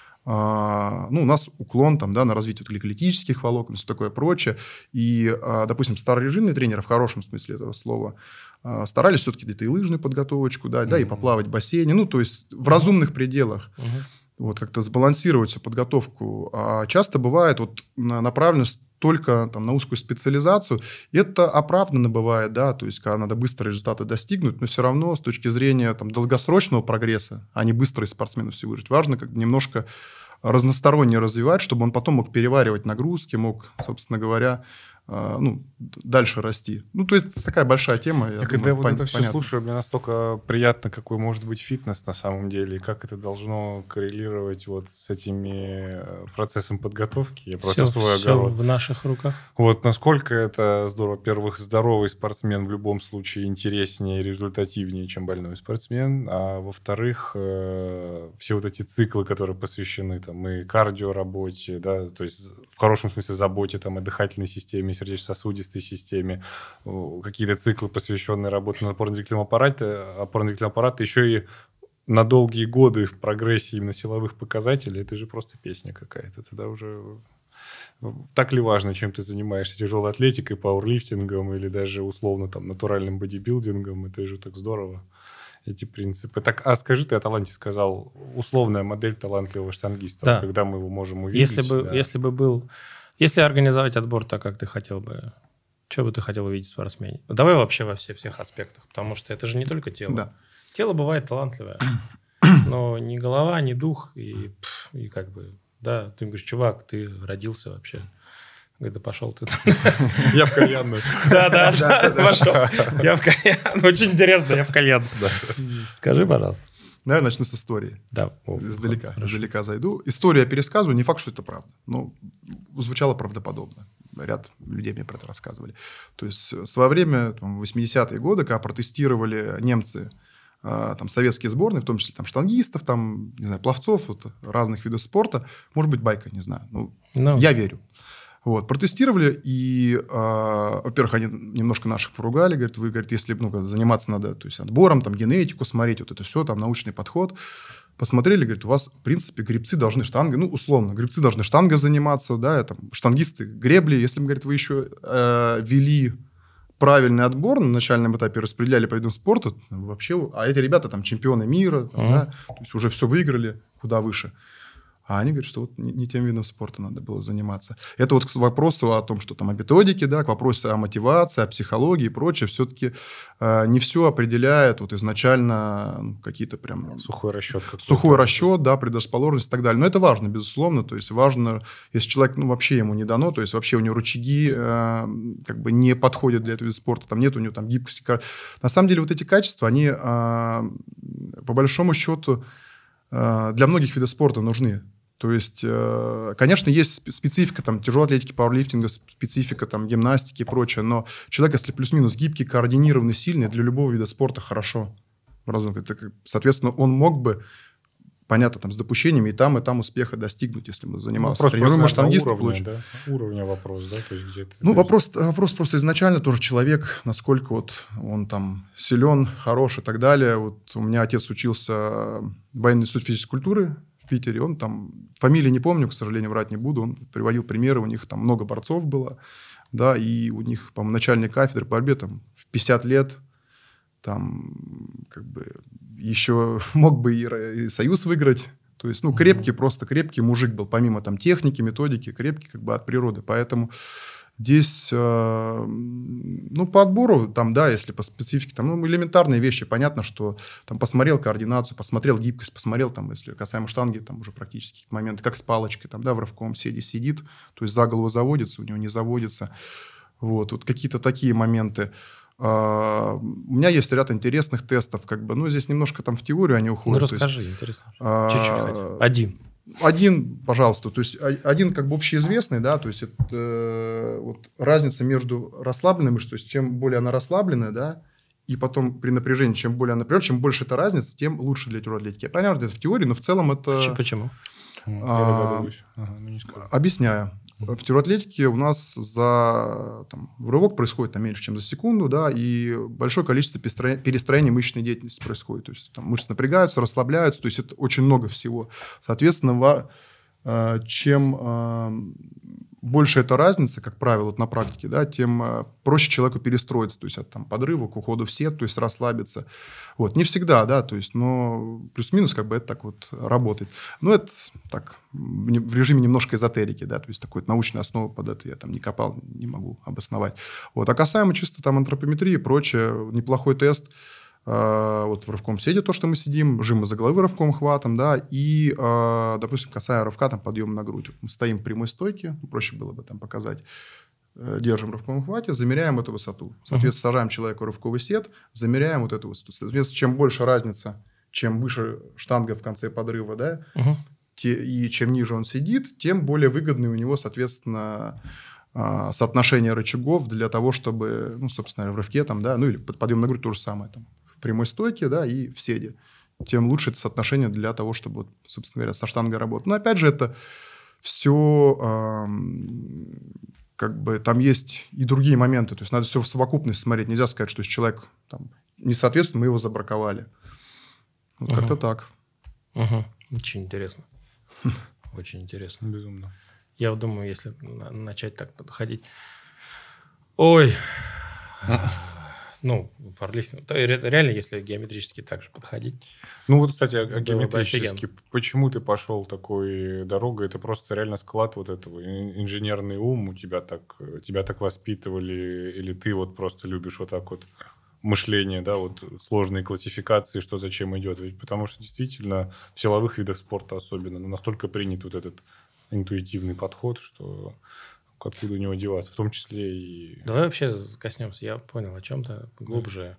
Ну, у нас уклон там, да, на развитие гликолитических волокон, все такое прочее. И, допустим, старорежимные тренеры, в хорошем смысле этого слова, старались все-таки где-то и лыжную подготовочку, да, и поплавать в бассейне. Ну, то есть в разумных пределах. Вот как-то сбалансировать всю подготовку. А часто бывает вот направленность только там, на узкую специализацию. Это оправданно бывает, да, то есть когда надо быстро результаты достигнуть, но все равно с точки зрения там, долгосрочного прогресса, а не быстро из спортсменов все выжить, важно как немножко разносторонне развивать, чтобы он потом мог переваривать нагрузки, мог, собственно говоря, ну, дальше расти. Ну, то есть такая большая тема. Я когда вот это все слушаю, мне настолько приятно, какой может быть фитнес на самом деле, и как это должно коррелировать вот с этими процессом подготовки. Я просто свой огород. Все в наших руках. Вот насколько это здорово. Во-первых, здоровый спортсмен в любом случае интереснее и результативнее, чем больной спортсмен. А во-вторых, все вот эти циклы, которые посвящены там и кардиоработе, да, то есть в хорошем смысле заботе там о дыхательной системе, сердечно-сосудистой системе, какие-то циклы, посвященные работе на опорно-двигательном аппарате, еще и на долгие годы в прогрессе именно силовых показателей, это же просто песня какая-то. Тогда уже так ли важно, чем ты занимаешься, тяжелой атлетикой, пауэрлифтингом или даже условно там натуральным бодибилдингом, это же так здорово, эти принципы. Так, а скажи, ты о таланте сказал, условная модель талантливого штангиста, да. Когда мы его можем увидеть. Если организовать отбор так, как ты хотел бы, что бы ты хотел увидеть в спортсмене? Давай вообще во всех аспектах, потому что это же не только тело. Да. Тело бывает талантливое, но ни голова, ни дух, и как бы, да, ты говоришь, чувак, ты родился вообще. Говорит, да пошел ты. Я в кальянную. Да, пошел. Я в кальянную. Очень интересно, я в кальянную. Скажи, пожалуйста. Давай начну с истории. Да. Издалека зайду. Историю я пересказываю, не факт, что это правда, но звучало правдоподобно. Ряд людей мне про это рассказывали. То есть в свое время, в 80-е годы, когда протестировали немцы там, советские сборные, в том числе там, штангистов, там, не знаю, пловцов, вот, разных видов спорта, может быть, байка, не знаю. Я верю. Вот, протестировали, и, во-первых, они немножко наших поругали, говорят, вы, говорит, если заниматься надо, то есть отбором, там, генетику смотреть, вот это все, там, научный подход. Посмотрели, говорит, у вас, в принципе, гребцы должны штангой, ну, условно, гребцы должны штангой заниматься, да, там, штангисты гребли. Если, говорит, вы еще вели правильный отбор на начальном этапе, распределяли по видам спорта, вообще, а эти ребята там чемпионы мира, там, да, то есть уже все выиграли куда выше. А они говорят, что вот не тем видом спорта надо было заниматься. Это вот к вопросу о том, что там о методике, да, к вопросу о мотивации, о психологии и прочее. Все-таки не все определяет вот изначально какие-то прям... Сухой расчет. Сухой расчет, да, предрасположенность и так далее. Но это важно, безусловно. То есть важно, если человек, вообще ему не дано, то есть вообще у него рычаги как бы не подходят для этого вида спорта, там нет у него там гибкости. На самом деле вот эти качества, они по большому счету для многих видов спорта нужны. То есть, конечно, есть специфика там, тяжелой атлетики, пауэрлифтинга, специфика там, гимнастики и прочее, но человек, если плюс-минус гибкий, координированный, сильный, для любого вида спорта хорошо. Соответственно, он мог бы, понятно, там, с допущениями и там успеха достигнуть, если бы занимался. Тренируемый штангист уровня, да? Уровня вопрос, да? То есть где-то... Вопрос просто изначально тоже человек, насколько вот он там силен, хорош и так далее. Вот у меня отец учился в военный институт физической культуры в Питере, он там, фамилии не помню, к сожалению, врать не буду, он приводил примеры, у них там много борцов было, да, и у них, по-моему, начальник кафедры по борьбе там в 50 лет там как бы еще мог бы и союз выиграть. То есть, ну, крепкий, просто крепкий мужик был, помимо там техники, методики, крепкий как бы от природы. Поэтому здесь, ну, по отбору, там, да, если по специфике, там, ну, элементарные вещи. Понятно, что там посмотрел координацию, посмотрел гибкость, посмотрел, там, если касаемо штанги, там уже практически какие-то моменты, как с палочкой, там, да, в рывковом седе сидит, то есть за голову заводится, у него не заводится. Вот какие-то такие моменты. У меня есть ряд интересных тестов, как бы, ну, здесь немножко там в теорию они уходят. Ну, расскажи, интересно. Чуть-чуть хотя. Один, пожалуйста. То есть, один как бы общеизвестный, да, то есть, это вот разница между расслабленной мышцей, то есть, чем более она расслабленная, да, и потом при напряжении, чем более она напряжена, чем больше эта разница, тем лучше для тяжелоатлетики. Я понимаю, это в теории, но в целом это... Почему? Я догадываюсь. Объясняю. В тяжелоатлетике у нас рывок происходит там, меньше, чем за секунду, да, и большое количество перестроений мышечной деятельности происходит. То есть там мышцы напрягаются, расслабляются, то есть это очень много всего. Соответственно, чем больше эта разница, как правило, вот на практике, да, тем проще человеку перестроиться, то есть от там, подрыва к уходу в сет, то есть расслабиться. Вот. Не всегда, да, то есть, но плюс-минус как бы это так вот работает. Но это так, в режиме немножко эзотерики, да, то есть такой научной основы под это я там не копал, не могу обосновать. Вот. А касаемо чисто там антропометрии и прочее, неплохой тест. Вот в рывковом седе то, что мы сидим, жим из-за головы рывковым хватом, да, и, допустим, касая рывка, там, подъем на грудь. Мы стоим в прямой стойке, проще было бы там показать, держим в рывковом хвате, замеряем эту высоту. Соответственно, сажаем человека в рывковый сет, замеряем вот эту высоту. Соответственно, чем больше разница, чем выше штанга в конце подрыва, да, и чем ниже он сидит, тем более выгодный у него, соответственно, соотношение рычагов для того, чтобы, ну, собственно, в рывке там, да, ну, или подъем на грудь то же самое там. Прямой стойке, да, и в седе, тем лучше это соотношение для того, чтобы, собственно говоря, со штангой работать. Но, опять же, это все, как бы, там есть и другие моменты. То есть, надо все в совокупности смотреть. Нельзя сказать, что если человек там, не соответствует, мы его забраковали. Вот как-то так. Очень интересно. Очень интересно. Безумно. Я вот думаю, если начать так подходить... Ой... Ну, реально, если геометрически так же подходить. Ну, вот, кстати, геометрически, почему ты пошел такой дорогой? Это просто реально склад вот этого, инженерный ум, тебя так воспитывали, или ты вот просто любишь вот так вот мышление, да, вот сложные классификации, что зачем идет. Ведь потому что действительно в силовых видах спорта особенно настолько принят вот этот интуитивный подход, что... Откуда у него деваться, в том числе и... Давай вообще коснемся. Я понял о чем-то глубже.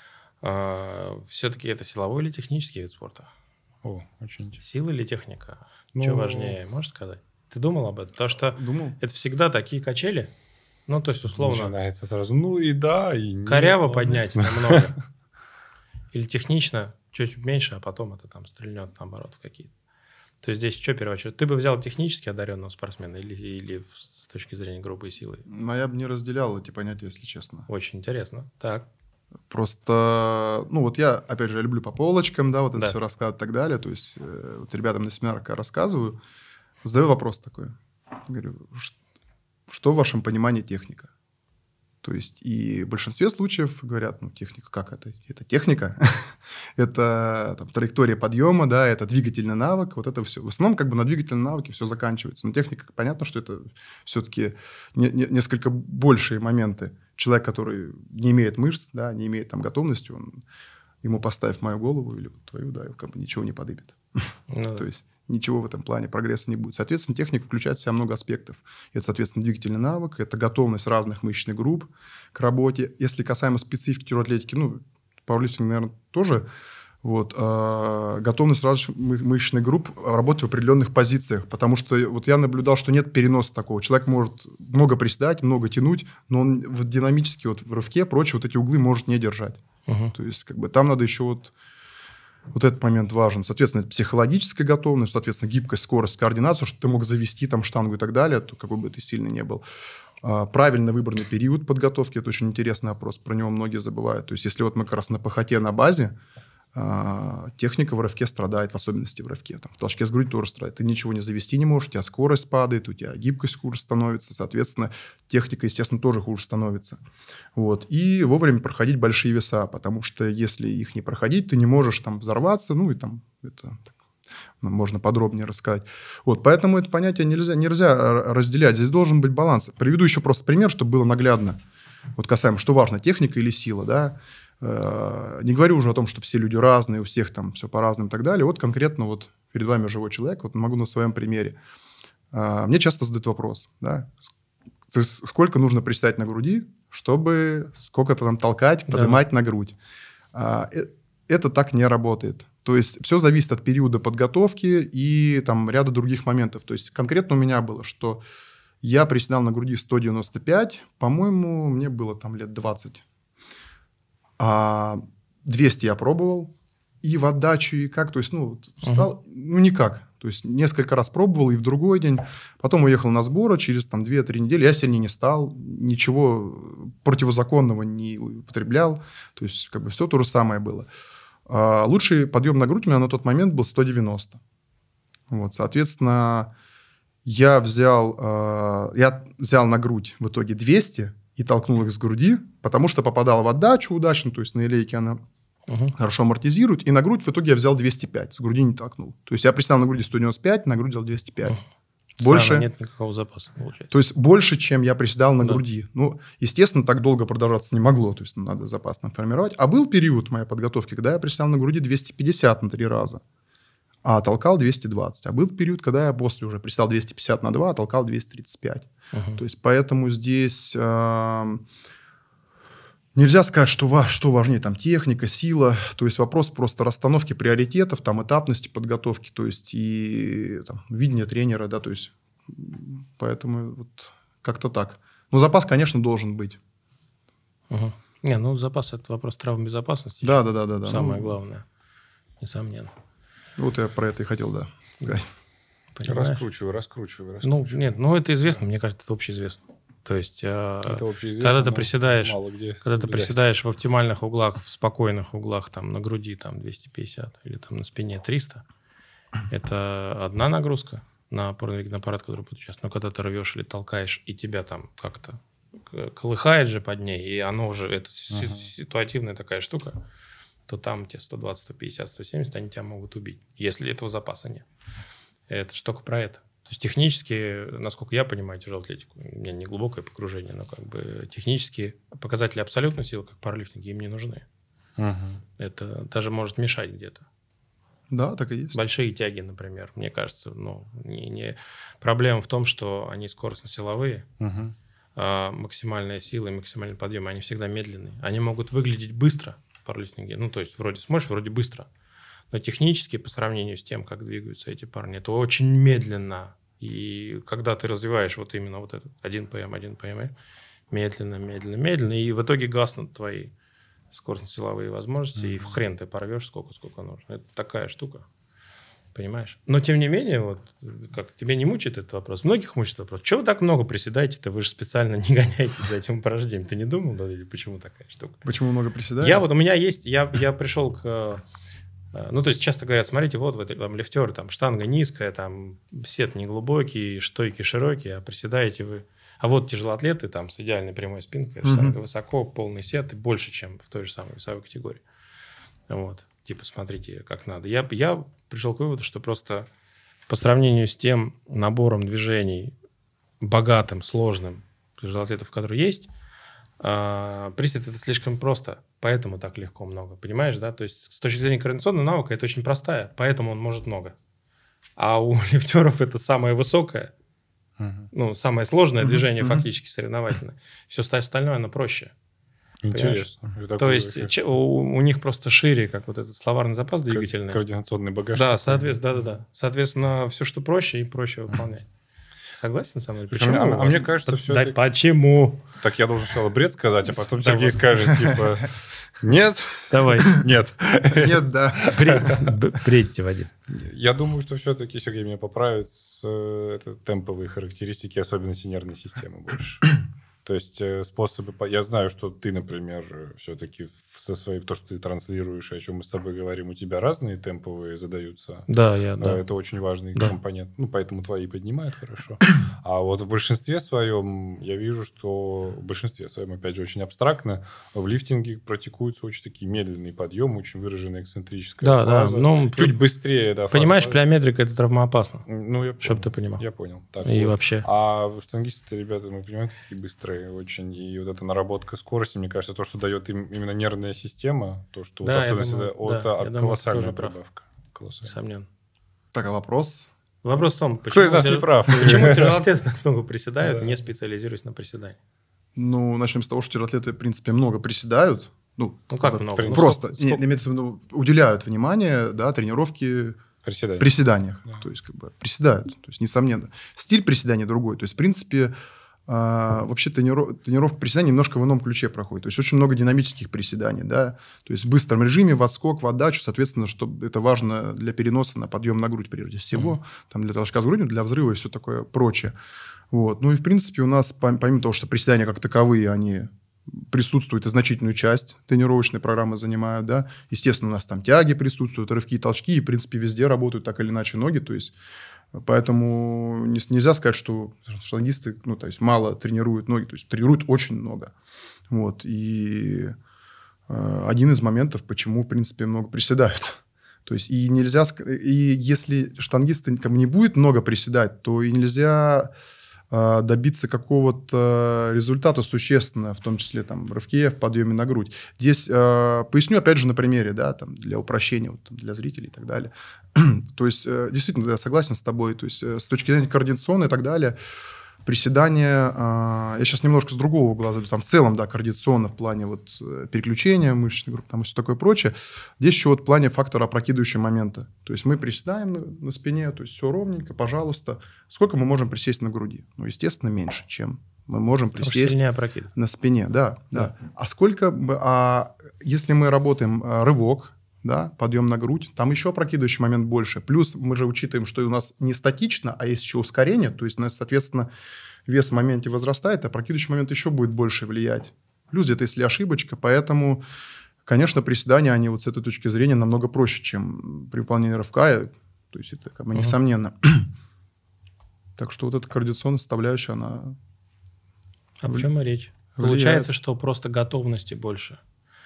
Все-таки это силовой или технический вид спорта? О, очень интересно. Сила или техника? Что важнее, можешь сказать? Ты думал об этом? Потому что это всегда такие качели. Ну, то есть, условно... Начинается сразу. Ну, и да, и нет. Коряво поднять намного. Или технично чуть меньше, а потом это там стрельнет, наоборот, в какие-то. То есть, здесь что первое? Ты бы взял технически одаренного спортсмена или с точки зрения грубой силы? Ну, я бы не разделял эти понятия, если честно. Очень интересно. Так. Просто, ну, вот я, опять же, я люблю по полочкам, да, вот это все рассказывать и так далее. То есть, вот ребятам на семинарах, когда рассказываю, задаю вопрос такой. Говорю, что в вашем понимании техника? То есть, и в большинстве случаев говорят, ну, техника, как это? Это техника, это там, траектория подъема, да, это двигательный навык, вот это все. В основном, как бы на двигательном навыке все заканчивается. Но техника, понятно, что это все-таки несколько большие моменты. Человек, который не имеет мышц, да, не имеет там готовности, ему поставив мою голову или твою, да, как бы ничего не подымет. То есть, ничего в этом плане прогресса не будет. Соответственно, техника включает в себя много аспектов. Это, соответственно, двигательный навык, это готовность разных мышечных групп к работе. Если касаемо специфики тяжелоатлетики, ну, пауэрлифтинг, наверное, тоже, вот, готовность разных мышечных групп работать в определенных позициях. Потому что вот я наблюдал, что нет переноса такого. Человек может много приседать, много тянуть, но он динамически вот в рывке, прочее, вот эти углы может не держать. То есть, как бы, там надо еще вот этот момент важен. Соответственно, психологическая готовность, соответственно, гибкость, скорость, координацию, что ты мог завести там штангу и так далее, то какой бы ты сильный не был. Правильно выбранный период подготовки – это очень интересный вопрос, про него многие забывают. То есть, если вот мы как раз на пахоте, на базе, техника в рывке страдает, в особенности в рывке. Там, в толчке с груди тоже страдает. Ты ничего не завести не можешь, у тебя скорость падает, у тебя гибкость хуже становится, соответственно, техника, естественно, тоже хуже становится. Вот. И вовремя проходить большие веса, потому что если их не проходить, ты не можешь там взорваться, ну и там это... можно подробнее рассказать. Вот, поэтому это понятие нельзя разделять. Здесь должен быть баланс. Приведу еще просто пример, чтобы было наглядно. Вот касаемо, что важно, техника или сила, да? Не говорю уже о том, что все люди разные, у всех там все по-разному и так далее. Вот конкретно вот перед вами живой человек, вот могу на своем примере. Мне часто задают вопрос, да? Сколько нужно приседать на груди, чтобы сколько-то там толкать, поднимать на грудь? Это так не работает. То есть все зависит от периода подготовки и там ряда других моментов. То есть конкретно у меня было, что я приседал на груди 195, по-моему, мне было там лет 20. 200 я пробовал, и в отдачу, и как, то есть, встал, никак. То есть несколько раз пробовал, и в другой день. Потом уехал на сборы, через там 2-3 недели я сильнее не стал, ничего противозаконного не употреблял. То есть как бы все то же самое было. Лучший подъем на грудь у меня на тот момент был 190. Вот, соответственно, я взял на грудь в итоге 200 и толкнул их с груди, потому что попадал в отдачу удачно, то есть на элейке она хорошо амортизирует, и на грудь в итоге я взял 205, с груди не толкнул. То есть я приседал на груди 195, на грудь взял 205. Больше нет никакого запаса, получается. То есть больше, чем я приседал на груди. Ну, естественно, так долго продолжаться не могло, то есть надо запас там формировать. А был период моей подготовки, когда я приседал на груди 250 на 3 раза, а толкал 220. А был период, когда я после уже приседал 250 на 2, а толкал 235. То есть поэтому здесь нельзя сказать, что важнее там техника, сила. То есть вопрос просто расстановки приоритетов, там этапности подготовки, то есть и там, видение тренера, да, то есть поэтому вот как-то так. Но запас, конечно, должен быть. Запас – это вопрос травмбезопасности. Да. Самое главное, несомненно. Вот я про это и хотел, да, сказать. Раскручиваю. Это известно, мне кажется, это общеизвестно. То есть, когда ты приседаешь в оптимальных углах, в спокойных углах, там, на груди там, 250 или там, на спине 300, это одна нагрузка на опорно-двигательный аппарат, который будет участвовать. Но когда ты рвешь или толкаешь, и тебя там как-то колыхает же под ней, и оно уже, это ситуативная такая штука, то там те 120, 150, 170, они тебя могут убить, если этого запаса нет. Это же только про это. То есть технически, насколько я понимаю тяжелую атлетику, у меня не глубокое погружение, но как бы технические показатели абсолютной силы, как пауэрлифтинги, им не нужны. Это даже может мешать где-то. Да, так и есть. Большие тяги, например, мне кажется, проблема в том, что они скоростно-силовые, а максимальная сила и максимальный подъем, они всегда медленные. Они могут выглядеть быстро, пауэрлифтинги, то есть вроде сможешь, вроде быстро. Но технически, по сравнению с тем, как двигаются эти парни, это очень медленно. И когда ты развиваешь вот именно вот этот 1 ПМ, медленно, и в итоге гаснут твои скоростно-силовые возможности, и в хрен ты порвешь сколько нужно. Это такая штука. Понимаешь? Но, тем не менее, вот как тебя не мучает этот вопрос? Многих мучает вопрос. Чего вы так много приседаете-то? Вы же специально не гоняетесь за этим упражнением. Ты не думал, да, или почему такая штука? Почему много приседаете? У меня есть... Я пришел к... то есть часто говорят, смотрите, вот в этой там лифтеры, там штанга низкая, там сет неглубокий, штойки широкие, а приседаете вы. А вот тяжелоатлеты там с идеальной прямой спинкой, штанга высоко, полный сет и больше, чем в той же самой весовой категории. Вот. Типа, смотрите, как надо. Я пришел к выводу, что просто по сравнению с тем набором движений, богатым, сложным тяжелоатлетов, которые есть, присед это слишком просто, поэтому так легко много, понимаешь, да? То есть с точки зрения координационного навыка это очень простая, поэтому он может много. А у лифтеров это самое высокое, самое сложное движение фактически соревновательное. Все остальное, оно проще. Интересно. То есть у них просто шире, как вот этот словарный запас двигательный. Координационный багаж. Да, соответственно, Соответственно, все, что проще, и проще выполнять. Согласен со мной? Почему? Мне кажется, все... Почему? Так я должен сначала бред сказать, а потом Сергей скажет, типа, нет. Давай. Нет. Нет, да. Бредьте, Вадим. Я думаю, что все-таки Сергей меня поправит, это темповые характеристики, особенности нервной системы больше. То есть способы... Я знаю, что ты, например, все-таки со своей... То, что ты транслируешь, о чем мы с тобой говорим, у тебя разные темповые задаются. Да, Это очень важный компонент. Ну, поэтому твои поднимают хорошо. А вот в большинстве своем я вижу, что... В большинстве своем, опять же, очень абстрактно. В лифтинге практикуются очень такие медленные подъемы, очень выраженная эксцентрическая фаза. Да. Ну, чуть быстрее, да. Понимаешь, плеометрика – это травмоопасно. Ну, я понял. Чтоб ты понимал. Я понял. Так, и вот. вообще. А штангисты, ребята, мы понимаем, какие быстрые очень. И вот эта наработка скорости, мне кажется, то, что дает им именно нервная система, то, что да, вот особенность, это колоссальная прав. прибавка. Колоссальная. Несомненно. Так, а вопрос? Вопрос в том, кто из нас не прав? Почему тяжелоатлеты так много приседают, не специализируясь на приседании? Ну, начнем с того, что тяжелоатлеты, в принципе, много приседают. Ну как много? Просто имеется в виду, уделяют внимание, да, тренировке приседаниях. Да. То есть, приседают. То есть, несомненно. Стиль приседания другой. То есть, в принципе, вообще тренировка приседаний немножко в ином ключе проходит. То есть, очень много динамических приседаний, да. То есть, в быстром режиме, в отскок, в отдачу. Соответственно, чтобы это важно для переноса на подъем на грудь, прежде всего. Там для толчка с грудью, для взрыва и все такое прочее. Вот. Ну и, в принципе, у нас, помимо того, что приседания как таковые, они присутствуют и значительную часть тренировочной программы занимают, да. Естественно, у нас там тяги присутствуют, рывки и толчки, и, в принципе, везде работают так или иначе ноги, то есть, поэтому нельзя сказать, что штангисты, ну, то есть, мало тренируют ноги, то есть, тренируют очень много. Вот, и один из моментов, почему, в принципе, много приседают. То есть, и нельзя, и если штангисты не будет много приседать, то и нельзя добиться какого-то результата существенного, в том числе там, в рывке, в подъеме на грудь. Здесь поясню, опять же, на примере, да, там, для упрощения, вот, там, для зрителей и так далее. То есть, действительно, я согласен с тобой. То есть, с точки зрения координационной и так далее, приседания, я сейчас немножко с другого угла зайду, там в целом, да, координационно в плане вот переключения мышечных групп, там и все такое прочее. Здесь еще вот в плане фактора опрокидывающего момента. То есть мы приседаем на спине, то есть все ровненько, пожалуйста. Сколько мы можем присесть на груди? Ну, естественно, меньше, чем мы можем присесть на спине. Да. А сколько, если мы работаем рывок, да, подъем на грудь, там еще опрокидывающий момент больше. Плюс мы же учитываем, что у нас не статично, а есть еще ускорение, то есть, соответственно, вес в моменте возрастает, а опрокидывающий момент еще будет больше влиять. Плюс где-то, если ошибочка, поэтому, конечно, приседания, они вот с этой точки зрения намного проще, чем при выполнении рывка, то есть это как бы несомненно. Так что вот эта координационная составляющая, она... Об чем и речь? Влияет. Получается, что просто готовности больше.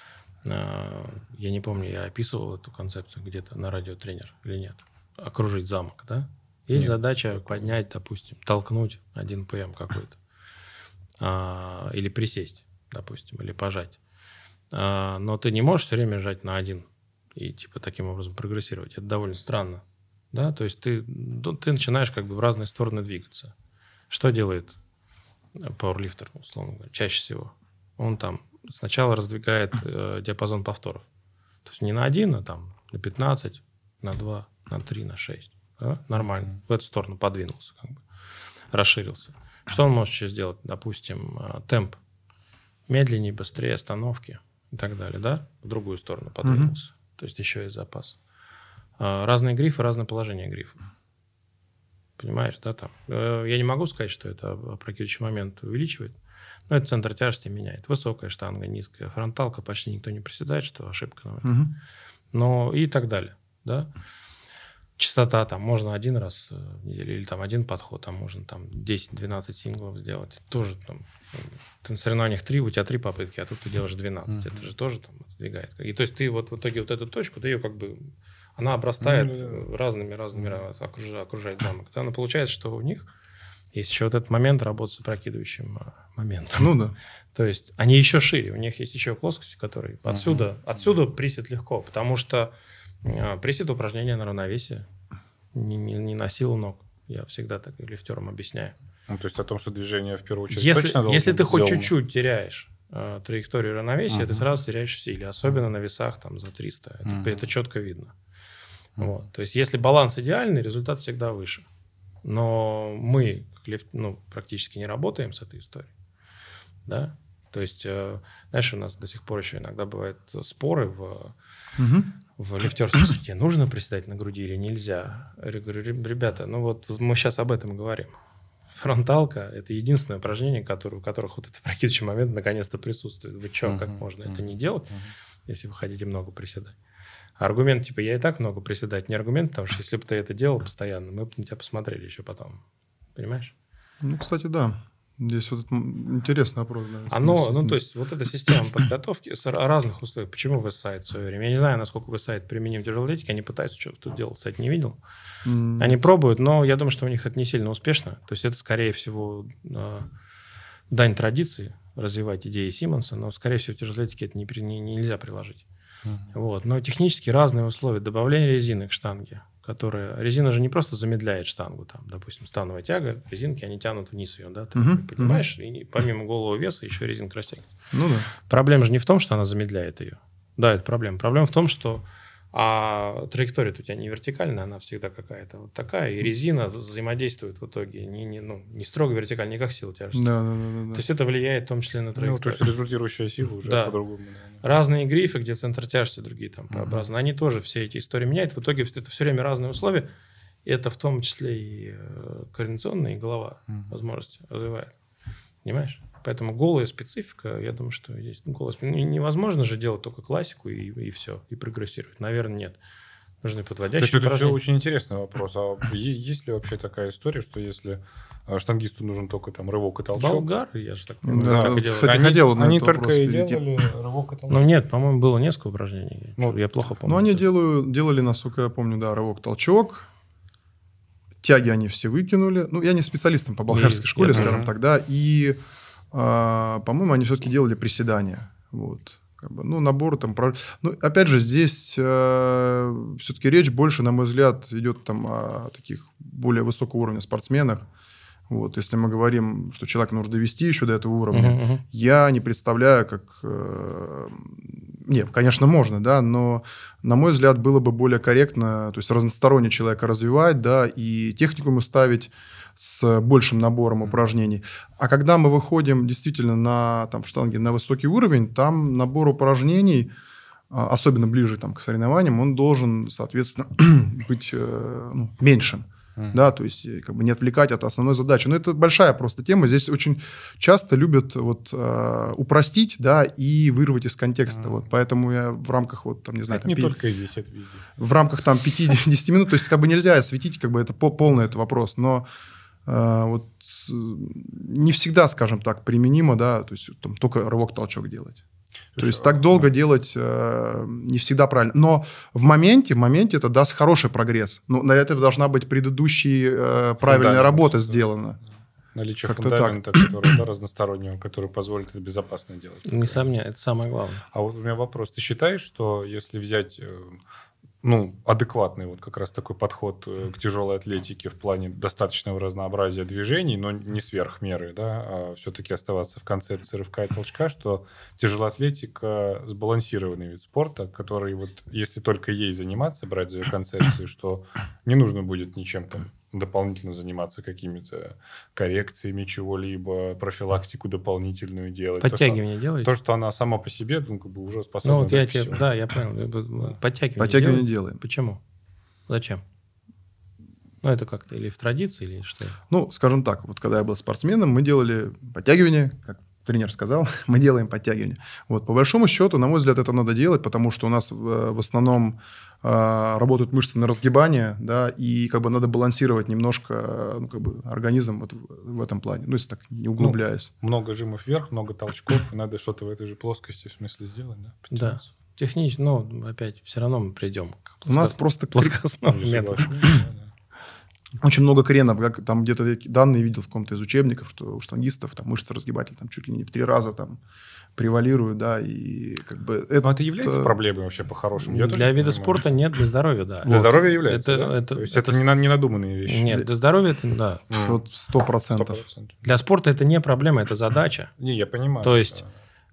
Я не помню, я описывал эту концепцию где-то на радиотренер или нет. Окружить замок, да? Есть задача поднять, допустим, толкнуть 1 ПМ какой-то. Или присесть, допустим, или пожать. Но ты не можешь все время жать на 1 и типа таким образом прогрессировать. Это довольно странно. Да? То есть ты начинаешь как бы в разные стороны двигаться. Что делает пауэрлифтер, условно говоря, чаще всего? Он там сначала раздвигает диапазон повторов. То есть не на 1, а там на 15, на 2, на 3, на 6. Да? Нормально. В эту сторону подвинулся, как бы. Расширился. Что он может еще сделать? Допустим, темп. Медленнее, быстрее, остановки и так далее. Да? В другую сторону подвинулся. То есть еще есть запас. Разные грифы, разное положение грифов. Понимаешь, да? Там. Я не могу сказать, что это опрокидывающий момент увеличивает. Но это центр тяжести меняет. Высокая штанга, низкая. Фронталка почти никто не приседает, что ошибка. Но и так далее. Да? Частота там можно 1 раз в неделю или там 1 подход, там можно там 10-12 синглов сделать. Тоже там ты на соревнованиях 3, у тебя 3 попытки, а тут ты делаешь 12. Это же тоже там отодвигает. И то есть ты вот в итоге вот эту точку, ты ее как бы, она обрастает разными окружает замок. Да? Но получается, что у них есть еще вот этот момент работы с опрокидывающим моментом. Ну да. То есть они еще шире, у них есть еще плоскости, которые отсюда присед легко, потому что присед упражнение на равновесие, не на силу ног. Я всегда так и лифтерам объясняю. Ну, то есть о том, что движение в первую очередь если ты хоть чуть-чуть теряешь траекторию равновесия, ты сразу теряешь в силе, особенно на весах там за 300. Это четко видно. Вот. То есть если баланс идеальный, результат всегда выше. Но мы практически не работаем с этой историей. Да? То есть, знаешь, у нас до сих пор еще иногда бывают споры в лифтерской среде. Нужно приседать на груди или нельзя? Я говорю, ребята, ну вот мы сейчас об этом и говорим. Фронталка – это единственное упражнение, у которых вот этот прокидывающий момент наконец-то присутствует. Вы что, как можно это не делать, если вы хотите много приседать? Аргумент, типа, я и так много приседать, не аргумент, потому что если бы ты это делал постоянно, мы бы на тебя посмотрели еще потом. Понимаешь? Ну, кстати, да. Здесь вот интересный вопрос. Да, то есть, вот эта система подготовки с разных условий. Почему Westside в свое время? Я не знаю, насколько Westside применим в тяжелой атлетике. Они пытаются что-то тут делать. Кстати, не видел. Они пробуют, но я думаю, что у них это не сильно успешно. То есть, это, скорее всего, дань традиции развивать идеи Симмонса, но, скорее всего, в тяжелой атлетике это нельзя приложить. Вот. Но технически разные условия. Добавление резины к штанге. Резина же не просто замедляет штангу, там, допустим, становая тяга, резинки, они тянут вниз ее, да, ты понимаешь, и помимо голого веса еще резинка растягивается. Ну да. Проблема же не в том, что она замедляет ее. Да, это проблема. Проблема в том, что траектория у тебя не вертикальная, она всегда какая-то вот такая, и резина взаимодействует в итоге не строго вертикально, не как сила тяжести. Да. То есть это влияет в том числе на траекторию. То есть результирующая сила уже по-другому. Да. Разные грифы, где центр тяжести, другие там П-образные, они тоже все эти истории меняют. В итоге это все время разные условия. И это в том числе и координационная, и голова возможности развивает. Понимаешь? Поэтому голая специфика, я думаю, что здесь невозможно же делать только классику и все, и прогрессировать. Наверное, нет. Нужны подводящие упражнения. Это все очень интересный вопрос. А есть ли вообще такая история, что если штангисту нужен только там рывок и толчок? Болгары, я же так понимаю. Да, кстати, они только и делали рывок и толчок. Ну нет, по-моему, было несколько упражнений. Я плохо помню. Ну, они делали, насколько я помню, да, рывок-толчок. Тяги они все выкинули. Ну, я не специалистом по болгарской школе, скажем так, да. И, по-моему, они все-таки делали приседания. Вот. Набор там... Ну, опять же, здесь все-таки речь больше, на мой взгляд, идет там о таких более высокого уровня спортсменах. Вот. Если мы говорим, что человека нужно довести еще до этого уровня, я не представляю, как... Нет, конечно, можно, да, но, на мой взгляд, было бы более корректно, то есть разносторонне человека развивать, да, и техникумы ставить с большим набором упражнений. А когда мы выходим действительно в штанге на высокий уровень, там набор упражнений, особенно ближе к соревнованиям, он должен, соответственно, быть меньшим. Да, то есть не отвлекать от основной задачи. Но это большая просто тема. Здесь очень часто любят упростить, да, и вырвать из контекста. Вот, поэтому я в рамках не знаю, это не только здесь, это везде. В рамках 5-10 минут, то есть нельзя осветить, это полный это вопрос. Но не всегда, скажем так, применимо, да, то есть только рывок-толчок делать. То есть так долго делать не всегда правильно. Но в моменте это даст хороший прогресс. Но на это должна быть предыдущая правильная работа сделана. Наличие фундамента, который разностороннего, который позволит это безопасно делать. Несомненно, это самое главное. А вот у меня вопрос. Ты считаешь, что если взять адекватный как раз такой подход к тяжелой атлетике в плане достаточного разнообразия движений, но не сверх меры, да, а все-таки оставаться в концепции рывка и толчка, что тяжелая атлетика сбалансированный вид спорта, который если только ей заниматься, брать за ее концепцию, что не нужно будет ничем там дополнительно заниматься какими-то коррекциями чего-либо, профилактику дополнительную делать. Подтягивание делаете? То, что она сама по себе уже способна дать все. Да, я понял. Подтягивание делаем. Почему? Зачем? Это как-то или в традиции, или что? Скажем так, когда я был спортсменом, мы делали подтягивание, как тренер сказал, мы делаем подтягивание. По большому счету, на мой взгляд, это надо делать, потому что у нас в основном работают мышцы на разгибание, да, и надо балансировать немножко организм в этом плане, если так не углубляясь. Много жимов вверх, много толчков, и надо что-то в этой же плоскости, в смысле, сделать, да? Да. Технически, опять, все равно мы придем к У нас просто плоскостному методу. Очень много кренов, как там где-то данные видел в каком-то из учебников, что у штангистов мышцы разгибателя чуть ли не в 3 раза превалируют, да, и это является проблемой вообще по-хорошему? Для вида спорта нет, для здоровья, да. Для здоровья является, да? То есть это не надуманные вещи? Нет, для здоровья это, да. 100%. Для спорта это не проблема, это задача. Не, я понимаю. То есть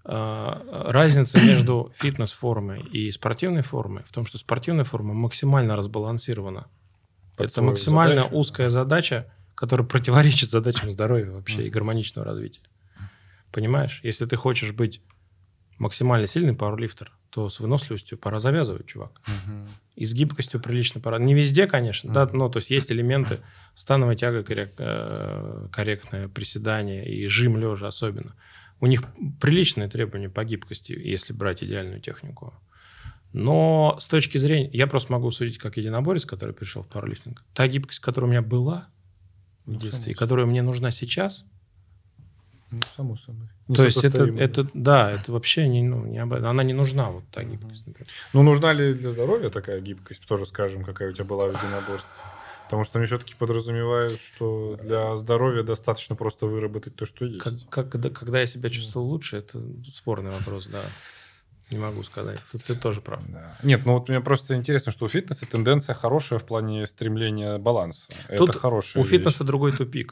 разница между фитнес-формой и спортивной формой в том, что спортивная форма максимально разбалансирована. Это максимально узкая задача, которая противоречит задачам здоровья вообще и гармоничного развития. Понимаешь? Если ты хочешь быть максимально сильный пауэрлифтер, то с выносливостью пора завязывать, чувак. И с гибкостью прилично пора. Не везде, конечно, да, но то есть есть элементы, становая тяга, корректное приседание и жим лежа особенно. У них приличные требования по гибкости, если брать идеальную технику. Но с точки зрения... Я просто могу судить как единоборец, который пришел в пауэрлифтинг. Та гибкость, которая у меня была в детстве, и которая мне нужна сейчас... само собой. То есть это вообще она не нужна, вот та гибкость, например. Ну, нужна ли для здоровья такая гибкость? Тоже скажем, какая у тебя была в единоборстве. Потому что они все-таки подразумевают, что для здоровья достаточно просто выработать то, что есть. Когда я себя чувствовал лучше, это спорный вопрос, да. Не могу сказать. Ты тоже прав. Да. Нет, ну вот мне просто интересно, что у фитнеса тенденция хорошая в плане стремления баланса. Тут это хорошая у фитнеса другой тупик.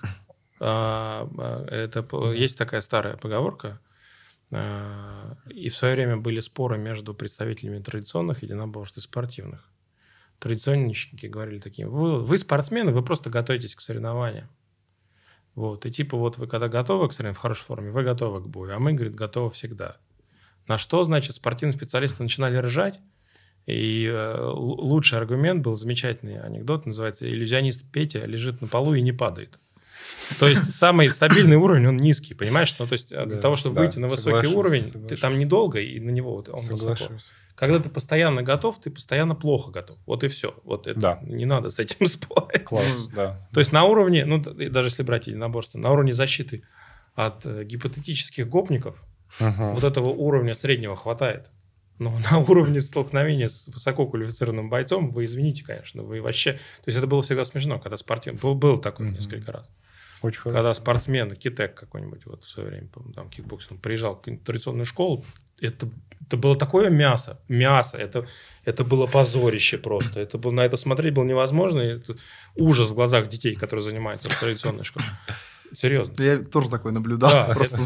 Есть такая старая поговорка. И в свое время были споры между представителями традиционных единоборств и спортивных. Традиционники говорили таким: вы спортсмены, вы просто готовитесь к соревнованиям. Вот. И типа вот вы когда готовы к соревнованиям, в хорошей форме, вы готовы к бою, а мы, говорит, готовы всегда. На что, значит, спортивные специалисты начинали ржать, и лучший аргумент был замечательный анекдот, называется: иллюзионист Петя лежит на полу и не падает. То есть самый стабильный уровень, он низкий, понимаешь? Ну, то есть для того, чтобы выйти на высокий уровень, ты там недолго, и на него он высоко. Когда ты постоянно готов, ты постоянно плохо готов. Вот и все. Вот это не надо с этим спорить. Класс, да. То есть на уровне, ну, даже если брать единоборство, на уровне защиты от гипотетических гопников вот этого уровня среднего хватает. Но на уровне столкновения с высококвалифицированным бойцом, вы извините, конечно, вы вообще... То есть это было всегда смешно, когда спортсмен... Было такое несколько раз. Очень когда хорошо. Спортсмен, китек какой-нибудь вот в свое время, там, кикбоксинг, приезжал в традиционную школу, это было такое мясо, это было позорище просто. На это смотреть было невозможно. Это ужас в глазах детей, которые занимаются в традиционной школе. Серьезно. Я тоже такой наблюдал. Да, просто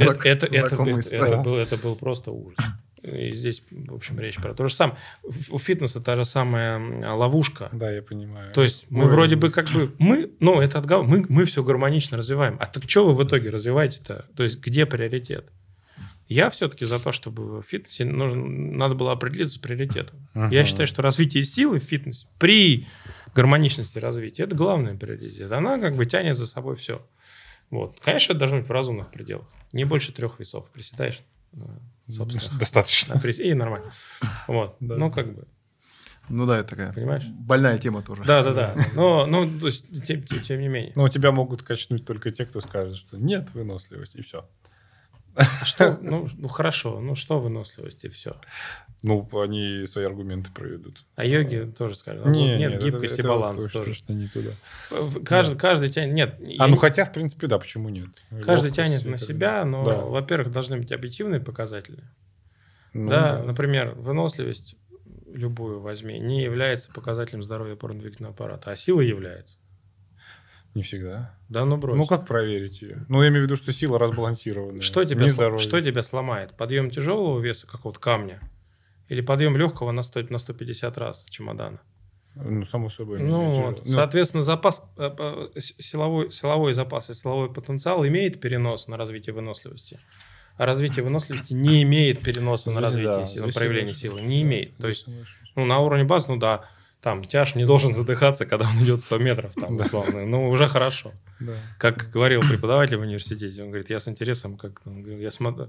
это был просто ужас. И здесь, в общем, речь про то же самое. У фитнеса та же самая ловушка. Да, я понимаю. То есть мы вроде бы как бы... Мы все гармонично развиваем. А так что вы в итоге развиваете-то? То есть где приоритет? Я все-таки за то, чтобы в фитнесе надо было определиться с приоритетом. Я считаю, что развитие силы в фитнесе при гармоничности развития — это главный приоритет. Она как бы тянет за собой все. Вот. Конечно, это должно быть в разумных пределах. Не больше 3 весов. Приседаешь, собственно. Достаточно. И нормально. Вот. Да. Ну, как бы. Ну да, это такая, понимаешь, больная тема тоже. Да. Но то есть, тем не менее. Но тебя могут качнуть только те, кто скажет, что нет выносливости, и все. Что? Ну, хорошо. Ну, что выносливость, и все. Ну, они свои аргументы проведут. А йоги тоже скажут: нет гибкости, баланс тоже. Что не туда. Каждый тянет... Нет. Ну, хотя, в принципе, да, почему нет? Каждый тянет на себя, но, во-первых, должны быть объективные показатели. Да, например, выносливость, любую возьми, не является показателем здоровья опорно-двигательного аппарата, а сила является. Не всегда. Да, ну брось. Ну, как проверить ее? Ну, я имею в виду, что сила разбалансированная. Что тебя сломает? Подъем тяжелого веса какого-то камня? Или подъем легкого на 150 раз чемодана? Ну, само собой. Соответственно, запас, силовой запас и силовой потенциал имеет перенос на развитие выносливости. А развитие выносливости не имеет переноса на развитие силы, на проявление силы. Не имеет. То есть, на уровне баз, там тяж не должен задыхаться, когда он идет 100 метров, там, условно. Ну, уже хорошо. Да. Как говорил преподаватель в университете, он говорит: я с интересом, я смотрю,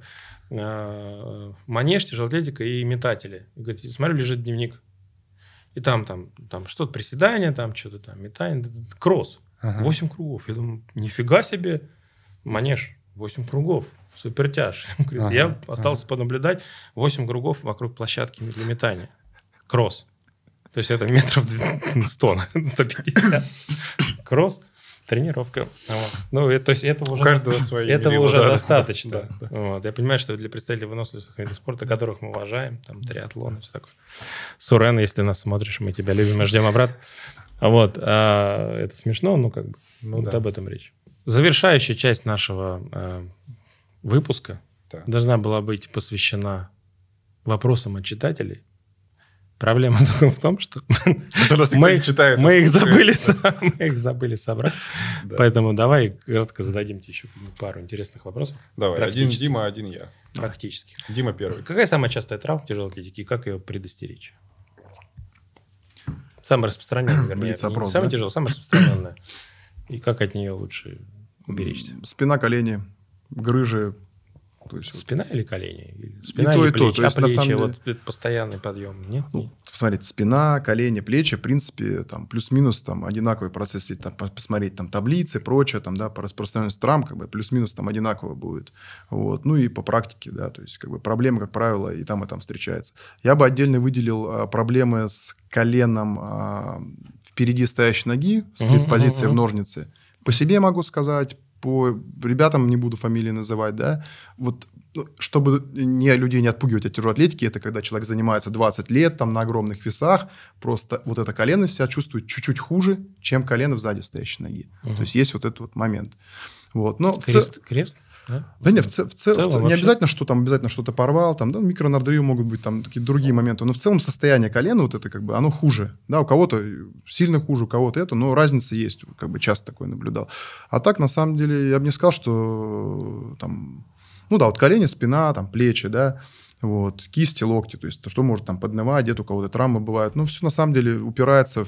манеж, тяжелоатлетика и метатели. И говорит, смотрю, лежит дневник. И там что-то приседания, там что-то там метание, кросс. 8 кругов. Я думаю, нифига себе, манеж, 8 кругов, супертяж. Я остался понаблюдать 8 кругов вокруг площадки для метания. Кросс. То есть это метров 100, 150. Кросс, тренировка. Ну, то есть этого уже достаточно. Вот. Я понимаю, что для представителей выносливых видов спорта, которых мы уважаем, там триатлон и все такое. Сурен, если нас смотришь, мы тебя любим и ждем обратно. Вот. Это смешно, но как бы вот об этом речь. Завершающая часть нашего выпуска должна была быть посвящена вопросам от читателей. Проблема только в том, что мы их забыли собрать. Поэтому давай кратко зададим тебе еще пару интересных вопросов. Давай, один Дима, один я. Практически. Дима первый. Какая самая частая травма в тяжелой атлетике и как ее предостеречь? Самая распространенная, вернее. Самая тяжелая, самая распространенная. И как от нее лучше уберечься? Спина, колени, грыжи. То есть спина или колени? Спина и или то, плечи? То есть, плечи, на самом деле... вот постоянный подъем? Нет? Посмотрите, спина, колени, плечи, в принципе, там плюс-минус там одинаковый процесс. Если там, посмотреть там таблицы, прочее, там, да, по распространенности травм, как бы плюс-минус там одинаково будет. Вот. Ну и по практике, да, то есть как бы проблемы, как правило, и там встречаются. Я бы отдельно выделил проблемы с коленом впереди стоящей ноги, сплит-позиция в ножнице. По себе могу сказать, по ребятам не буду фамилии называть, да, вот чтобы людей не отпугивать от тяжелой атлетики, это когда человек занимается 20 лет там, на огромных весах, просто вот это колено себя чувствует чуть-чуть хуже, чем колено сзади стоящей ноги. То есть есть вот этот вот момент. Вот. Но крест? Да нет, в целом не обязательно, что там обязательно что-то порвал, там, да, микронардрио могут быть, там какие-то другие моменты, но в целом состояние колена вот это как бы, оно хуже, да, у кого-то сильно хуже, у кого-то это, но разница есть, как бы часто такое наблюдал. А так, на самом деле, я бы не сказал, что там, ну да, вот колени, спина, там, плечи, да, вот, кисти, локти, то есть что может там поднимать, где-то у кого-то травмы бывают, но все на самом деле упирается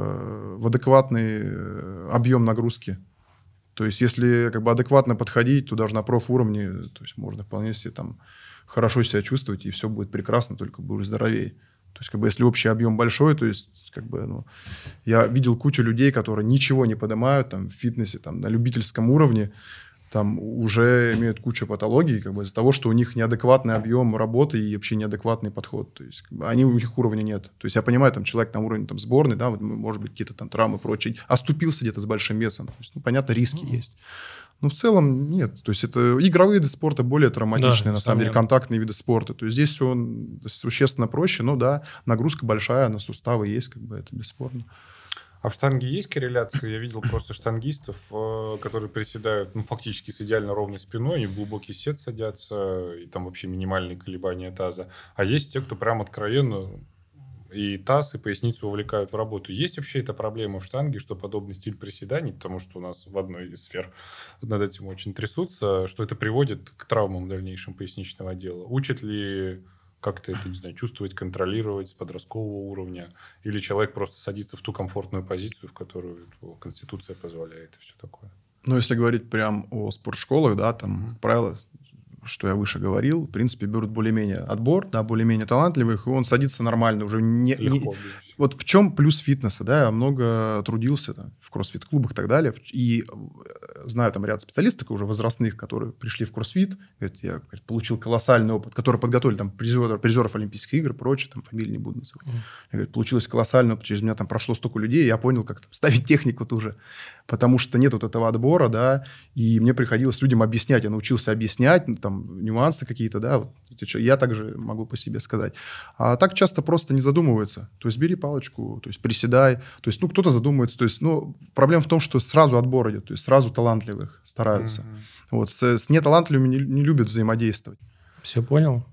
в адекватный объем нагрузки. То есть, если как бы адекватно подходить, то даже на профуровне, то есть, можно вполне себе там хорошо себя чувствовать, и все будет прекрасно, только будешь здоровее. То есть, как бы, если общий объем большой, то есть, как бы, ну, я видел кучу людей, которые ничего не поднимают там, в фитнесе, там, на любительском уровне, там уже имеют кучу патологий, как бы из-за того, что у них неадекватный объем работы и вообще неадекватный подход. То есть, как бы, у них уровня нет. То есть, я понимаю, там, человек на уровне там, сборной, да, вот, может быть, какие-то там травмы и прочее, оступился где-то с большим весом. То есть, ну, понятно, риски есть. Но в целом нет. То есть, это игровые виды спорта более травматичные, на самом деле, контактные виды спорта. То есть, здесь он существенно проще, но да, нагрузка большая, на суставы есть, как бы это бесспорно. А в штанге есть корреляция? Я видел просто штангистов, которые приседают, ну, фактически с идеально ровной спиной, они в глубокий сет садятся, и там вообще минимальные колебания таза. А есть те, кто прям откровенно и таз, и поясницу увлекают в работу. Есть вообще эта проблема в штанге, что подобный стиль приседаний, потому что у нас в одной из сфер над этим очень трясутся, что это приводит к травмам дальнейшем поясничного отдела? Учат ли как-то это, не знаю, чувствовать, контролировать с подросткового уровня? Или человек просто садится в ту комфортную позицию, в которую Конституция позволяет, и все такое? Ну, если говорить прям о спортшколах, да, там правила, что я выше говорил, в принципе, берут более-менее отбор, да, более-менее талантливых, и он садится нормально уже. Легко. Вот в чем плюс фитнеса, да, я много трудился там, в кроссфит-клубах и так далее, и знаю там ряд специалистов уже возрастных, которые пришли в кроссфит, говорят, я получил колоссальный опыт, который подготовили там призеров Олимпийских игр, прочее, там фамилии не буду называть. Я говорю, получилось колоссальный опыт, через меня там прошло столько людей, я понял, как там, ставить технику тоже, потому что нет вот этого отбора, да, и мне приходилось людям объяснять, я научился объяснять, ну, там, нюансы какие-то, да, вот, я также могу по себе сказать. А так часто просто не задумываются, то есть бери палочку, то есть приседай, то есть, ну, кто-то задумывается, то есть, ну, проблема в том, что сразу отбор идет, то есть сразу талантливых стараются. Вот, с неталантливыми не любят взаимодействовать. Все понял.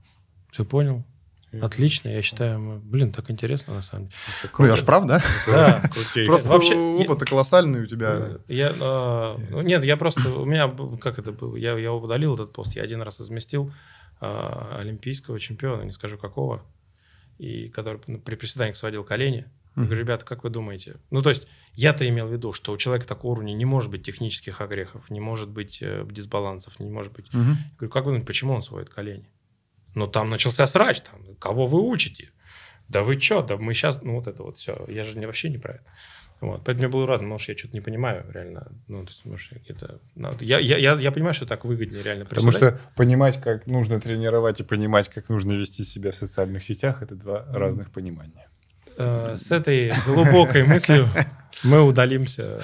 Отлично, я считаю. Блин, так интересно, на самом деле. Ну, я ж прав, да? Да. Просто опыт колоссальный у тебя. Нет, я просто... У меня, как это было, я удалил этот пост, я один раз изместил олимпийского чемпиона, не скажу какого, и который при приседаниях сводил колени. Я говорю, ребята, как вы думаете? Ну, то есть, я-то имел в виду, что у человека такого уровня не может быть технических огрехов, не может быть дисбалансов, не может быть... Я говорю, как вы думаете, почему он сводит колени? Ну, там начался срач, там, кого вы учите? Да вы что? Да мы сейчас... Ну, вот это вот все. Я же вообще не про это. Вот. Поэтому мне было рад, потому что я что-то не понимаю реально. Ну, то есть, может, это... я понимаю, что так выгоднее реально приседать. Потому что понимать, как нужно тренировать, и понимать, как нужно вести себя в социальных сетях, это два разных понимания. С этой глубокой мыслью мы удалимся...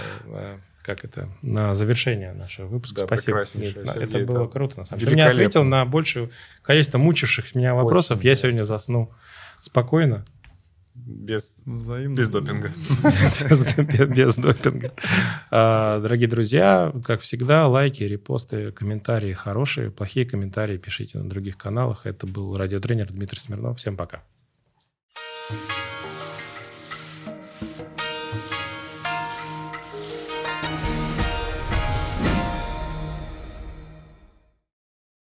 на завершение нашего выпуска. Да, спасибо. Это было круто, на самом деле. Ты меня ответил на большее количество мучивших меня вопросов. Я сегодня заснул спокойно. Без допинга. Без допинга. Дорогие друзья, как всегда, лайки, репосты, комментарии хорошие. Плохие комментарии пишите на других каналах. Это был радиотренер Дмитрий Смирнов. Всем пока.